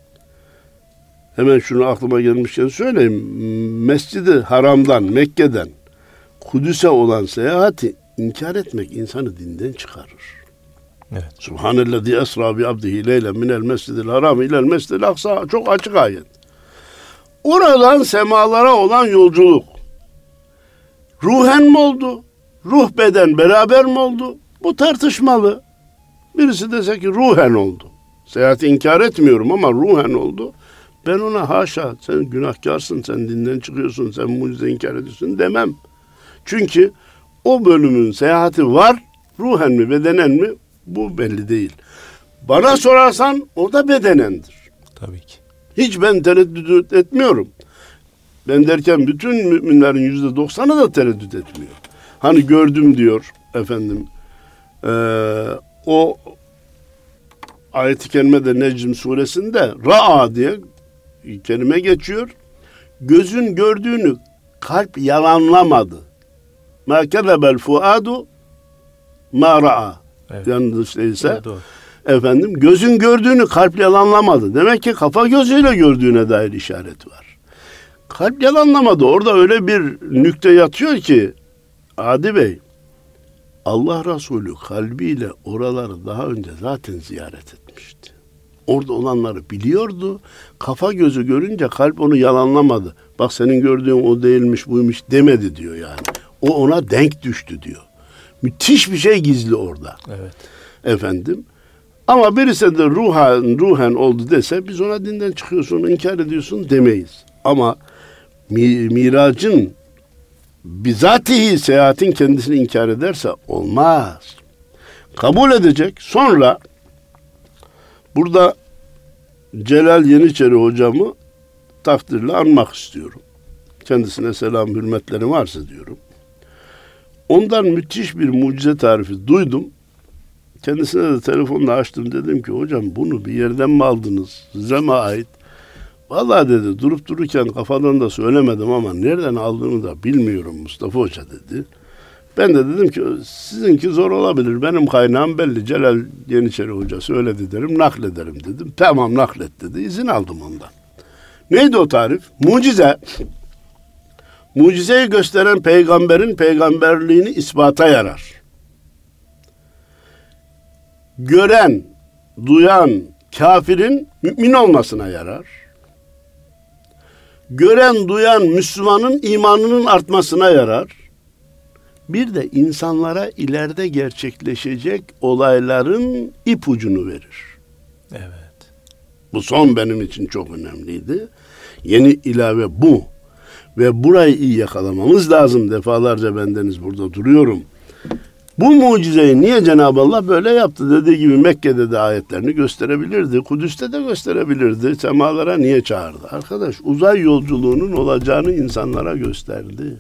hemen şunu aklıma gelmişken söyleyeyim. Mescid-i Haram'dan, Mekke'den Kudüs'e olan seyahati inkar etmek insanı dinden çıkarır. Evet. Subhanellezi esra bi abdihi leylen minel mescidil haram ilel mescidil aksa, çok açık ayet. Oradan semalara olan yolculuk ruhen mi oldu? Ruh beden beraber mi oldu? Bu tartışmalı. Birisi dese ki ruhen oldu. Seyahati inkar etmiyorum ama ruhen oldu. Ben ona haşa, sen günahkarsın, sen dinden çıkıyorsun, sen mucize inkar ediyorsun demem. Çünkü o bölümün seyahati var. Ruhen mi bedenen mi? Bu belli değil. Bana sorarsan o da bedenendir. Tabii ki. Hiç ben tereddüt etmiyorum. Ben derken bütün müminlerin yüzde doksanı da tereddüt etmiyor. Hani gördüm diyor efendim. Ee, o ayet-i kerimede Necm suresinde Ra'a diye kelime geçiyor. Gözün gördüğünü kalp yalanlamadı. Ma kezebel fuadu ma ra'a. Evet. Yanlış değilse. Evet, doğru. Efendim gözün gördüğünü kalp yalanlamadı. Demek ki kafa gözüyle gördüğüne dair işaret var. Kalp yalanlamadı. Orada öyle bir nükte yatıyor ki Adi Bey, Allah Resulü kalbiyle oraları daha önce zaten ziyaret etmişti. Orada olanları biliyordu. Kafa gözü görünce kalp onu yalanlamadı. Bak senin gördüğün o değilmiş buymuş demedi diyor yani. O ona denk düştü diyor. Müthiş bir şey gizli orada. Evet. Efendim. Ama birisi de ruhen, ruhen oldu dese biz ona dinden çıkıyorsun, inkar ediyorsun demeyiz. Ama mi, miracın bizatihi seyahatin kendisini inkar ederse olmaz. Kabul edecek. Sonra burada Celal Yeniçeri hocamı takdirle anmak istiyorum. Kendisine selam hürmetleri varsa diyorum. Ondan müthiş bir mucize tarifi duydum. Kendisine de telefonla açtım, dedim ki hocam bunu bir yerden mi aldınız? Size mi ait? Vallahi dedi durup dururken kafadan da söylemedim ama nereden aldığını da bilmiyorum Mustafa Hoca dedi. Ben de dedim ki sizinki zor olabilir. Benim kaynağım belli. Celal Yeniçeri Hoca söyledi derim, naklederim dedim. Tamam naklet dedi. İzin aldım ondan. Neydi o tarif? Mucize. Mucizeyi gösteren peygamberin peygamberliğini ispata yarar. Gören, duyan kafirin mümin olmasına yarar. Gören, duyan Müslümanın imanının artmasına yarar. Bir de insanlara ileride gerçekleşecek olayların ipucunu verir. Evet. Bu son benim için çok önemliydi. Yeni ilave bu. Ve burayı iyi yakalamamız lazım. Defalarca bendeniz burada duruyorum. Bu mucizeyi niye Cenab-ı Allah böyle yaptı? Dediği gibi Mekke'de de ayetlerini gösterebilirdi. Kudüs'te de gösterebilirdi. Semalara niye çağırdı? Arkadaş uzay yolculuğunun olacağını insanlara gösterdi.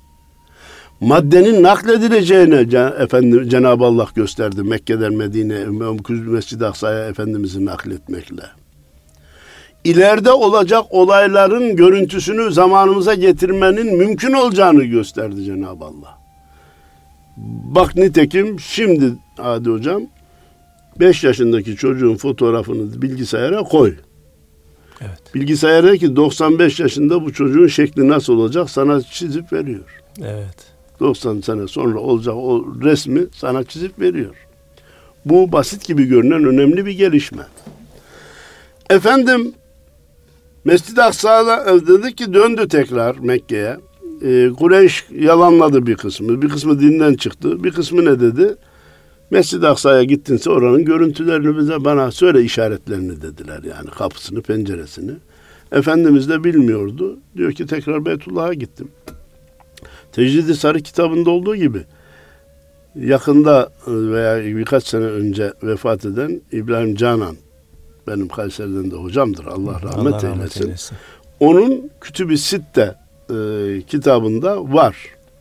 Maddenin nakledileceğine efendim, Cenab-ı Allah gösterdi. Mekke'den Medine'ye, Mescid-i Aksa'ya Efendimiz'i nakletmekle. İleride olacak olayların görüntüsünü zamanımıza getirmenin mümkün olacağını gösterdi Cenab-ı Allah. Bak nitekim şimdi Adi Hocam beş yaşındaki çocuğun fotoğrafını bilgisayara koy. Evet. Bilgisayara ki doksan beş yaşında bu çocuğun şekli nasıl olacak sana çizip veriyor. Evet. doksan sene sonra olacak o resmi sana çizip veriyor. Bu basit gibi görünen önemli bir gelişme. Efendim Mescid-i Aksa'da dedi ki döndü tekrar Mekke'ye. Ee, Kureyş yalanladı bir kısmı. Bir kısmı dinden çıktı. Bir kısmı ne dedi? Mescid-i Aksa'ya gittinse oranın görüntülerini bize bana söyle işaretlerini dediler. Yani kapısını, penceresini. Efendimiz de bilmiyordu. Diyor ki tekrar Beytullah'a gittim. Tecrid-i Sarı kitabında olduğu gibi yakında veya birkaç sene önce vefat eden İbrahim Canan benim Kayseri'den de hocamdır. Allah rahmet, Allah rahmet eylesin. eylesin. Onun Kütüb-i Sitte e, kitabında var.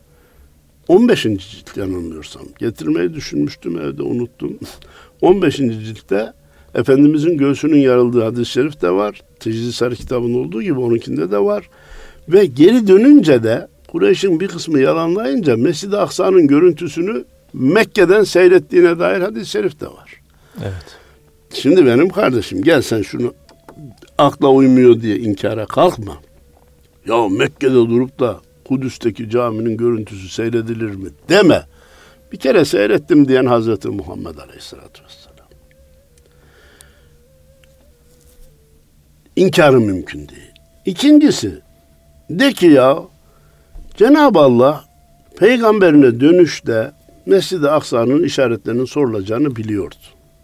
on beşinci cilt yanılmıyorsam. Getirmeyi düşünmüştüm evde unuttum. on beşinci ciltte Efendimizin göğsünün yarıldığı hadis-i şerif de var. Tecrid-i Sarı kitabının olduğu gibi onunkinde de var. Ve geri dönünce de Kureyş'in bir kısmı yalanlayınca Mescid-i Aksa'nın görüntüsünü Mekke'den seyrettiğine dair hadis-i şerif de var. Evet. Şimdi benim kardeşim gel sen şunu akla uymuyor diye inkara kalkma. Ya Mekke'de durup da Kudüs'teki caminin görüntüsü seyredilir mi deme. Bir kere seyrettim diyen Hazreti Muhammed Aleyhisselatü Vesselam. İnkarı mümkün değil. İkincisi de ki ya Cenab-ı Allah peygamberine dönüşte Mescid-i Aksa'nın işaretlerinin sorulacağını biliyordu.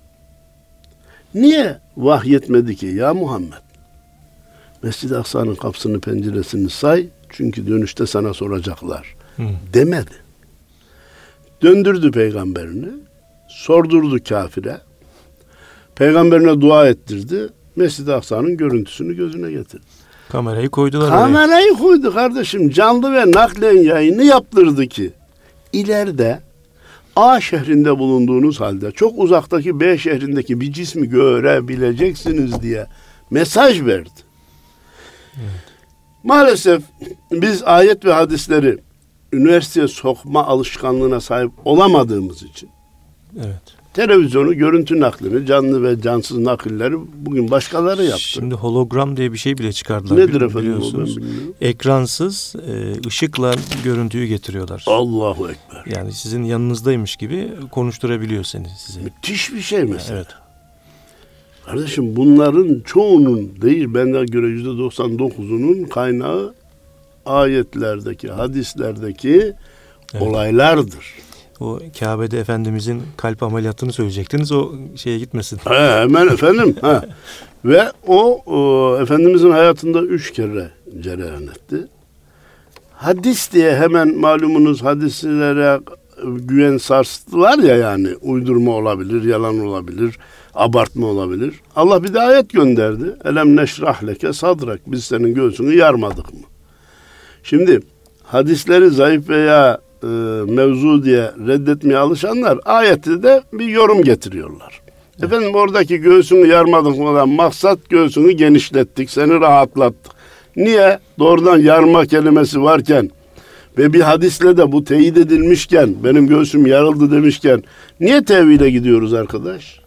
Niye vahyetmedi ki ya Muhammed? Mescid-i Aksa'nın kapısını penceresini say çünkü dönüşte sana soracaklar. Hı. Demedi. Döndürdü peygamberini. Sordurdu kafire. Peygamberine dua ettirdi. Mescid-i Aksa'nın görüntüsünü gözüne getirdi. Kamerayı koydular. Kamerayı oraya. koydu kardeşim. Canlı ve naklen yayını yaptırdı ki ileride A şehrinde bulunduğunuz halde çok uzaktaki B şehrindeki bir cismi görebileceksiniz diye mesaj verdi. Evet. Maalesef biz ayet ve hadisleri üniversiteye sokma alışkanlığına sahip olamadığımız için evet. televizyonu, görüntü naklini, canlı ve cansız nakilleri bugün başkaları yaptı. Şimdi hologram diye bir şey bile çıkardılar. Nedir efendim biliyorsunuz? Ekransız, ışıkla görüntüyü getiriyorlar. Allahu Ekber. Yani sizin yanınızdaymış gibi konuşturabiliyor seni size. Müthiş bir şey mesela. Evet. Kardeşim bunların çoğunun değil, benden göre yüzde doksan dokuzunun kaynağı ayetlerdeki, hadislerdeki evet. olaylardır. O Kabe'de Efendimizin kalp ameliyatını söyleyecektiniz. O şeye gitmesin. He, hemen efendim. ha. Ve o, o Efendimizin hayatında üç kere cereyan etti. Hadis diye hemen malumunuz hadislere güven sarstılar ya, yani uydurma olabilir, yalan olabilir, abartma olabilir. Allah bir de ayet gönderdi. Elem neşrah leke sadrak. Biz senin göğsünü yarmadık mı? Şimdi hadisleri zayıf veya e, mevzu diye reddetmeye alışanlar ayette de bir yorum getiriyorlar. Evet. Efendim oradaki göğsünü yarmadık mı? Maksat göğsünü genişlettik, seni rahatlattık. Niye? Doğrudan yarma kelimesi varken ve bir hadisle de bu teyit edilmişken, benim göğsüm yarıldı demişken niye tevhile gidiyoruz arkadaş?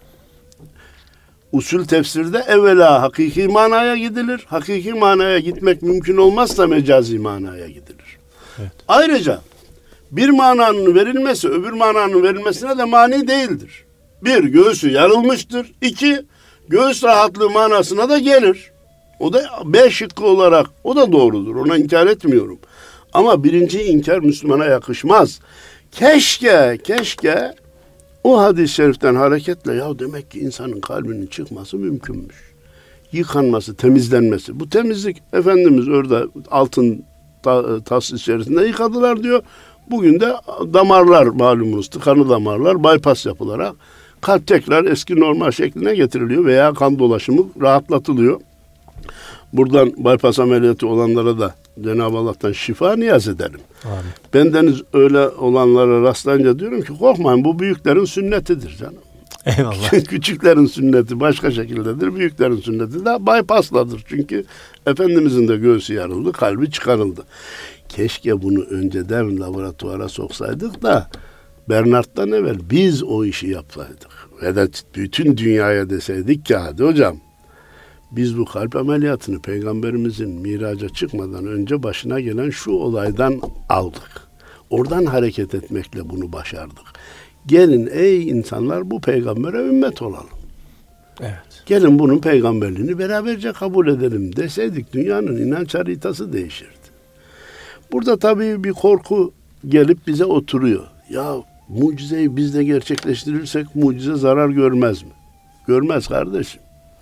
Usul tefsirde evvela hakiki manaya gidilir. Hakiki manaya gitmek mümkün olmazsa mecazi manaya gidilir. Evet. Ayrıca bir mananın verilmesi öbür mananın verilmesine de mani değildir. Bir, göğsü yarılmıştır. İki, göğüs rahatlığı manasına da gelir. O da B şıkkı olarak o da doğrudur. Ona inkar etmiyorum. Ama birinci inkar Müslümana yakışmaz. Keşke, keşke o hadis-i şeriften hareketle ya demek ki insanın kalbinin çıkması mümkünmüş. Yıkanması, temizlenmesi. Bu temizlik Efendimiz orada altın tas içerisinde yıkadılar diyor. Bugün de damarlar malumunuz, tıkanı damarlar bypass yapılarak kalp tekrar eski normal şekline getiriliyor veya kan dolaşımı rahatlatılıyor. Buradan bypass ameliyatı olanlara da Cenab-ı Allah'tan şifa niyaz edelim. Amin. Bendeniz öyle olanlara rastlayınca diyorum ki korkmayın, bu büyüklerin sünnetidir canım. Eyvallah. Küçüklerin sünneti başka şekildedir. Büyüklerin sünneti de bypassladır. Çünkü Efendimizin de göğsü yarıldı, kalbi çıkarıldı. Keşke bunu önceden laboratuvara soksaydık da Bernard'dan evvel biz o işi yapsaydık. Ve de bütün dünyaya deseydik ki hadi hocam biz bu kalp ameliyatını Peygamberimizin miraca çıkmadan önce başına gelen şu olaydan aldık. Oradan hareket etmekle bunu başardık. Gelin ey insanlar bu peygambere ümmet olalım. Evet. Gelin bunun peygamberliğini beraberce kabul edelim deseydik dünyanın inanç haritası değişirdi. Burada tabii bir korku gelip bize oturuyor. Ya mucizeyi biz de gerçekleştirirsek mucize zarar görmez mi? Görmez kardeşim.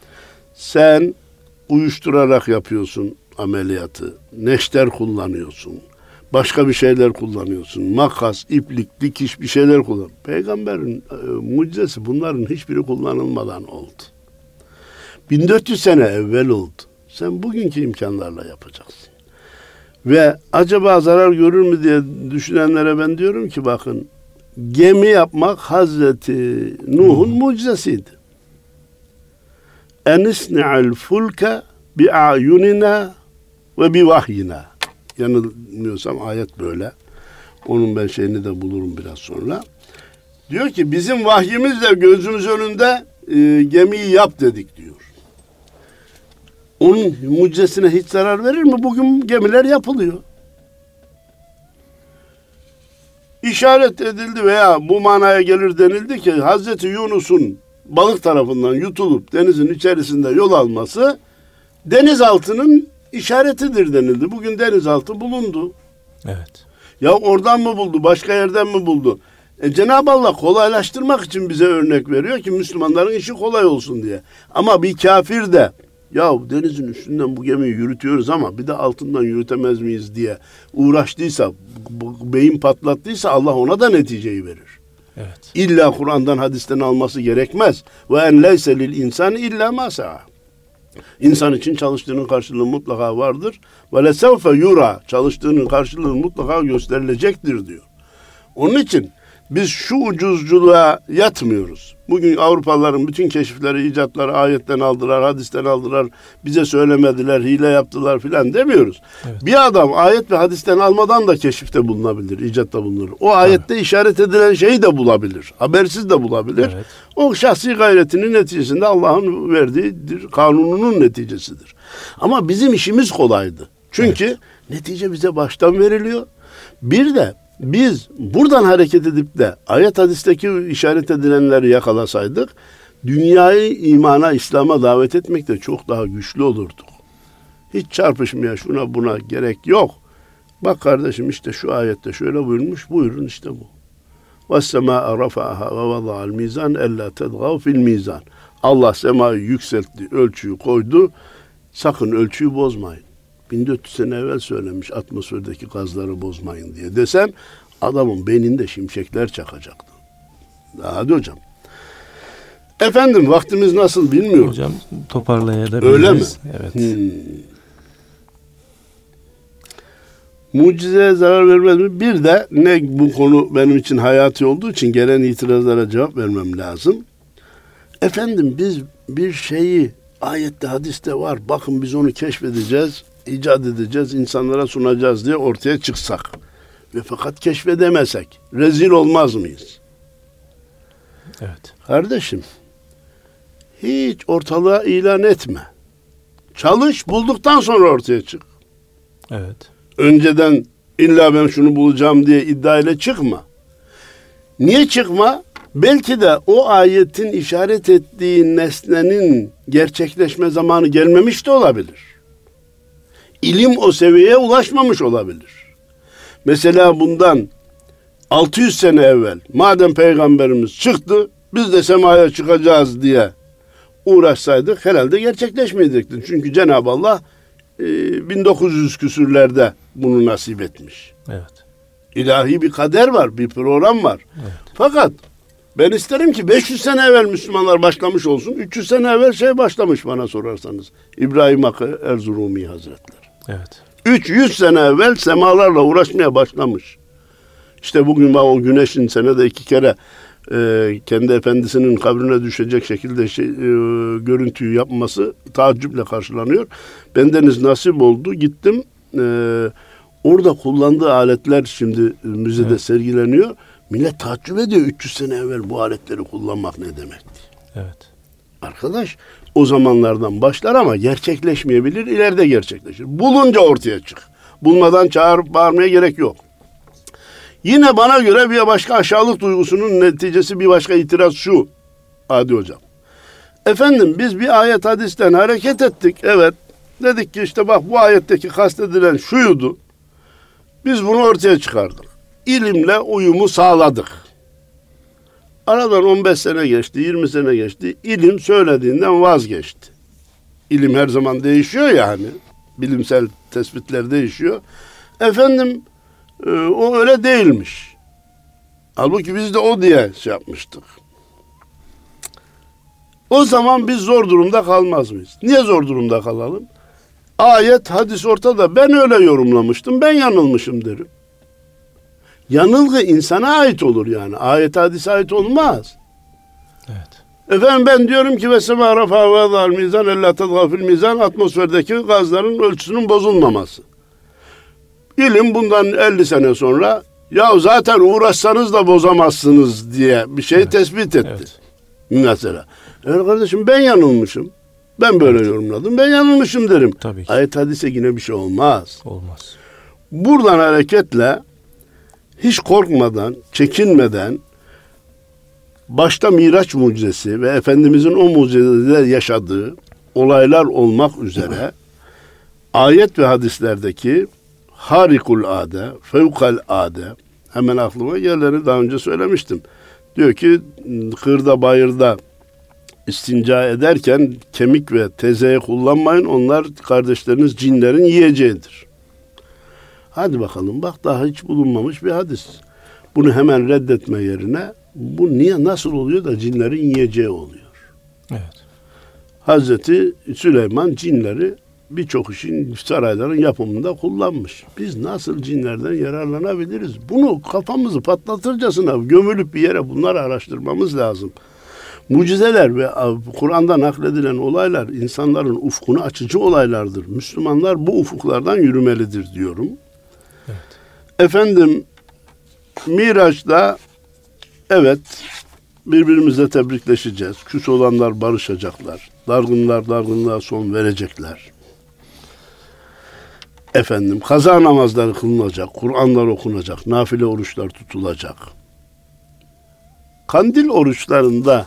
Sen uyuşturarak yapıyorsun ameliyatı, neşter kullanıyorsun, başka bir şeyler kullanıyorsun, makas, iplik, dikiş bir şeyler kullan. Peygamberin e, mucizesi bunların hiçbiri kullanılmadan oldu. bin dört yüz sene evvel oldu. Sen bugünkü imkanlarla yapacaksın. Ve acaba zarar görür mü diye düşünenlere ben diyorum ki bakın, gemi yapmak Hazreti Nuh'un hmm. mucizesiydi. Enisne'al fulke bi a'yunina ve bi vahyina. Yanılmıyorsam ayet böyle. Onun ben şeyini de bulurum biraz sonra. Diyor ki bizim vahyimizle gözümüz önünde e, gemiyi yap dedik diyor. Onun mucizesine hiç zarar verir mi? Bugün gemiler yapılıyor. İşaret edildi veya bu manaya gelir denildi ki Hazreti Yunus'un balık tarafından yutulup denizin içerisinde yol alması denizaltının işaretidir denildi. Bugün denizaltı bulundu. Evet. Ya oradan mı buldu, başka yerden mi buldu? E, Cenab-ı Allah kolaylaştırmak için bize örnek veriyor ki Müslümanların işi kolay olsun diye. Ama bir kafir de Ya denizin üstünden bu gemiyi yürütüyoruz ama bir de altından yürütemez miyiz diye uğraştıysa, beyin patlattıysa Allah ona da neticeyi verir. Evet. İlla Kur'an'dan, hadisten alması gerekmez. Ve en leyse lil insan illa ma sa'a. İnsan için çalıştığının karşılığı mutlaka vardır. Ve lesevfe yura, çalıştığının karşılığı mutlaka gösterilecektir diyor. Onun için biz şu ucuzculuğa yatmıyoruz. Bugün Avrupalıların bütün keşifleri, icatları ayetten aldılar, hadisten aldılar, bize söylemediler, hile yaptılar filan demiyoruz. Evet. Bir adam ayet ve hadisten almadan da keşifte bulunabilir, icatta bulunur. O ayette evet. işaret edilen şeyi de bulabilir, habersiz de bulabilir. Evet. O şahsi gayretinin neticesinde Allah'ın verdiği kanununun neticesidir. Ama bizim işimiz kolaydı. Çünkü evet. netice bize baştan veriliyor. Bir de biz buradan hareket edip de ayet hadisteki işaret edilenleri yakalasaydık, dünyayı imana, İslam'a davet etmekte çok daha güçlü olurduk. Hiç çarpışmaya, şuna buna gerek yok. Bak kardeşim, işte şu ayette şöyle buyurmuş, buyurun işte bu. وَالسَّمَاءَ رَفَعَهَا وَوَضَعَ الْمِيزَانَ اَلَّا تَدْغَوْا فِي الْمِيزَانِ. Allah semayı yükseltti, ölçüyü koydu. Sakın ölçüyü bozmayın. bin dört yüz sene evvel söylemiş, atmosferdeki gazları bozmayın diye desem, adamın beyninde şimşekler çakacaktı. Hadi hocam. Efendim, vaktimiz nasıl bilmiyorum. Hocam toparlayabiliriz. Öyle mi? Evet. Hmm. Mucizeye zarar vermez mi? Bir de ne, bu konu benim için hayati olduğu için gelen itirazlara cevap vermem lazım. Efendim, biz bir şeyi ayette, hadiste var, bakın biz onu keşfedeceğiz, icat edeceğiz, insanlara sunacağız diye ortaya çıksak ve fakat keşfedemesek rezil olmaz mıyız? Evet. Kardeşim, hiç ortalığa ilan etme. Çalış, bulduktan sonra ortaya çık. Evet. Önceden illa ben şunu bulacağım diye iddia ile çıkma. Niye çıkma? Belki de o ayetin işaret ettiği nesnenin gerçekleşme zamanı gelmemiş de olabilir. İlim o seviyeye ulaşmamış olabilir. Mesela bundan altı yüz sene evvel madem Peygamberimiz çıktı, biz de semaya çıkacağız diye uğraşsaydık herhalde gerçekleşmeyecekti. Çünkü Cenab-ı Allah e, bin dokuz yüz küsürlerde bunu nasip etmiş. Evet. İlahi bir kader var, bir program var. Evet. Fakat ben isterim ki beş yüz sene evvel Müslümanlar başlamış olsun. üç yüz sene evvel şey başlamış bana sorarsanız. İbrahim Hakkı Erzurumi Hazretleri. Evet. üç yüz sene evvel semalarla uğraşmaya başlamış. İşte bugün o güneşin senede iki kere e, kendi efendisinin kabrine düşecek şekilde şey, e, görüntüyü yapması taaccüple karşılanıyor. Bendeniz nasip oldu. Gittim. E, orada kullandığı aletler şimdi müzede evet. sergileniyor. Millet taaccüp ediyor. üç yüz sene evvel bu aletleri kullanmak ne demekti? Evet. Arkadaş, o zamanlardan başlar ama gerçekleşmeyebilir, ileride gerçekleşir. Bulunca ortaya çık. Bulmadan çağırıp bağırmaya gerek yok. Yine bana göre bir başka aşağılık duygusunun neticesi, bir başka itiraz şu. Hadi hocam. Efendim, biz bir ayet hadisten hareket ettik. Evet. Dedik ki işte bak, bu ayetteki kastedilen şuydu. Biz bunu ortaya çıkardık. İlimle uyumu sağladık. Aradan on beş sene geçti, yirmi sene geçti. İlim söylediğinden vazgeçti. İlim her zaman değişiyor yani. Bilimsel tespitler değişiyor. Efendim, e, o öyle değilmiş. Halbuki biz de o diye şey yapmıştık. O zaman biz zor durumda kalmaz mıyız? Niye zor durumda kalalım? Ayet, hadis ortada. Ben öyle yorumlamıştım. Ben yanılmışım derim. Yanılgı insana ait olur yani. Ayet, hadise ait olmaz. Evet. Efendim, ben diyorum ki ve sema rafa ve zal mizan ella tadgafil mizan, atmosferdeki gazların ölçüsünün bozulmaması. İlim bundan elli sene sonra ya zaten uğraşsanız da bozamazsınız diye bir şey evet. tespit etti. Evet. Mesela. Evet kardeşim, ben yanılmışım. Ben böyle evet. yorumladım. Ben yanılmışım derim. Tabii ki. Ayet, hadise yine bir şey olmaz. Olmaz. Buradan hareketle hiç korkmadan, çekinmeden, başta Miraç mucizesi ve Efendimizin o mucizede yaşadığı olaylar olmak üzere ayet ve hadislerdeki harikul ade, fevkal ade, hemen aklıma geleni daha önce söylemiştim. Diyor ki kırda bayırda istinca ederken kemik ve tezeye kullanmayın. Onlar kardeşleriniz cinlerin yiyeceğidir. Hadi bakalım, bak daha hiç bulunmamış bir hadis. Bunu hemen reddetme yerine bu niye, nasıl oluyor da cinlerin yiyeceği oluyor? Evet. Hazreti Süleyman cinleri birçok işin, sarayların yapımında kullanmış. Biz nasıl cinlerden yararlanabiliriz? Bunu kafamızı patlatırcasına gömülüp bir yere bunları araştırmamız lazım. Mucizeler ve Kur'an'da nakledilen olaylar insanların ufkunu açıcı olaylardır. Müslümanlar bu ufuklardan yürümelidir diyorum. Evet. Efendim, Miraç'ta evet birbirimizle tebrikleşeceğiz. Küs olanlar barışacaklar. Dargınlar dargınlığa son verecekler. Efendim, kaza namazları kılınacak, Kur'anlar okunacak, nafile oruçlar tutulacak. Kandil oruçlarında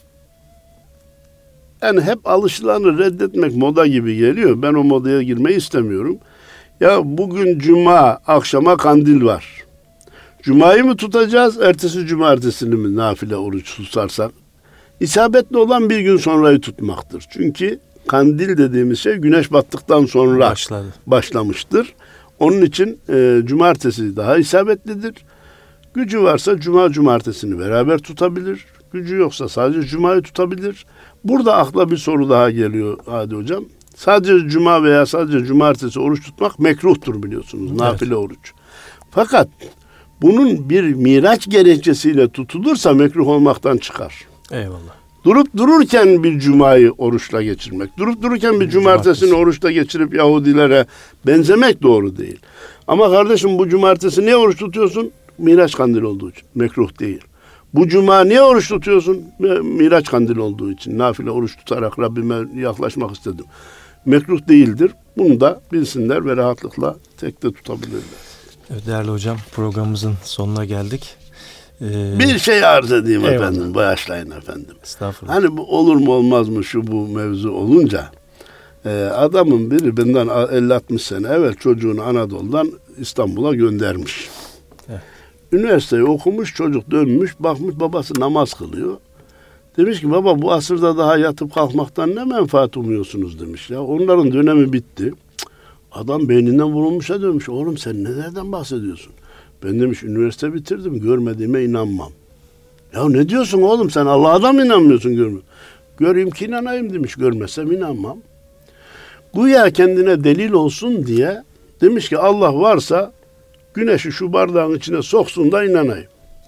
yani hep alışılanı reddetmek moda gibi geliyor. Ben o modaya girmeyi istemiyorum. Ya bugün cuma, akşama kandil var. Cuma'yı mı tutacağız, ertesi cumartesini mi nafile oruç tutarsak? İsabetli olan bir gün sonrayı tutmaktır. Çünkü kandil dediğimiz şey güneş battıktan sonra Başladı. başlamıştır. Onun için e, cumartesi daha isabetlidir. Gücü varsa cuma cumartesini beraber tutabilir. Gücü yoksa sadece cumayı tutabilir. Burada akla bir soru daha geliyor Hadi Hocam. Sadece cuma veya sadece cumartesi oruç tutmak mekruhtur biliyorsunuz. Evet. Nafile oruç. Fakat bunun bir miraç gerekçesiyle tutulursa mekruh olmaktan çıkar. Eyvallah. Durup dururken bir cumayı oruçla geçirmek, durup dururken bir cumartesini oruçla geçirip Yahudilere benzemek doğru değil. Ama kardeşim bu cumartesi niye oruç tutuyorsun? Miraç kandili olduğu için. Mekruh değil. Bu cuma niye oruç tutuyorsun? Miraç kandili olduğu için. Nafile oruç tutarak Rabbime yaklaşmak istedim. Mekruh değildir. Bunu da bilsinler ve rahatlıkla tek de tutabilirler. Evet, değerli hocam, programımızın sonuna geldik. Ee, bir şey arz edeyim eyvallah. efendim. Bağışlayın efendim. Estağfurullah. Hani bu olur mu olmaz mı şu bu mevzu olunca e, adamın biri benden elli altmış sene evvel çocuğunu Anadolu'dan İstanbul'a göndermiş. Evet. Üniversiteyi okumuş, çocuk dönmüş, bakmış babası namaz kılıyor. Demiş ki baba bu asırda daha yatıp kalkmaktan ne menfaat umuyorsunuz demiş ya. Onların dönemi bitti. Adam beyninden vurulmuşa dönmüş. Oğlum sen nelerden bahsediyorsun? Ben demiş üniversite bitirdim, görmediğime inanmam. Ya ne diyorsun oğlum sen, Allah'a da mı inanmıyorsun görme? Göreyim ki inanayım demiş, görmezsem inanmam. Güya kendine delil olsun diye demiş ki Allah varsa güneşi şu bardağın içine soksun da inanayım.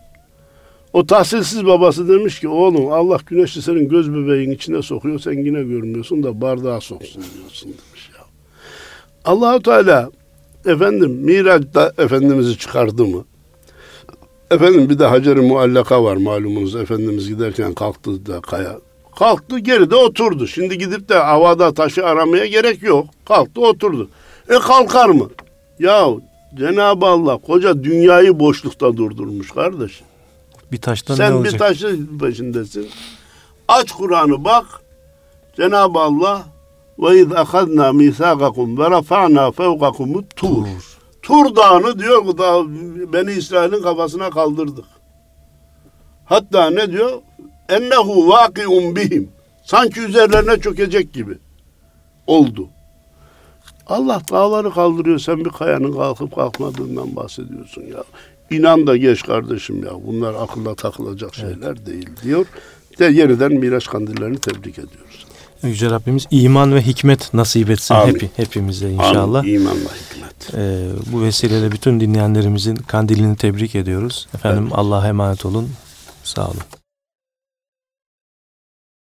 O tahsilsiz babası demiş ki oğlum Allah güneşi senin göz bebeğin içine sokuyor, sen yine görmüyorsun da bardağa soksun diyorsun demiş ya. Allah-u Teala efendim Miraç'ta Efendimiz'i çıkardı mı? Efendim bir de Hacer-i Muallaka var malumunuz. Efendimiz giderken kalktı da kaya. Kalktı geride oturdu. Şimdi gidip de havada taşı aramaya gerek yok. Kalktı oturdu. E kalkar mı? Ya Cenab-ı Allah koca dünyayı boşlukta durdurmuş kardeşim. Bir taştan sen ne olacak? Bir taşın peşindesin. Aç Kur'an'ı bak. Cenab-ı Allah ve iz ahadna misakakum ve rafa'na fevkakumut tur. Tur Dağı'nı diyor ki da Beni İsrail'in kafasına kaldırdık. Hatta ne diyor? Ennehu vakiun bihim. Sanki üzerlerine çökecek gibi oldu. Allah dağları kaldırıyor. Sen bir kayanın kalkıp kalkmadığından bahsediyorsun ya. İnan da geç kardeşim ya. Bunlar akılla takılacak şeyler evet. değil diyor. De yeniden Miraç kandillerini tebrik ediyoruz. Yüce Rabbimiz iman ve hikmet nasip etsin hep, hepimize inşallah. Amin. İman ve hikmet. Ee, bu vesileyle bütün dinleyenlerimizin kandilini tebrik ediyoruz. Efendim evet. Allah'a emanet olun. Sağ olun.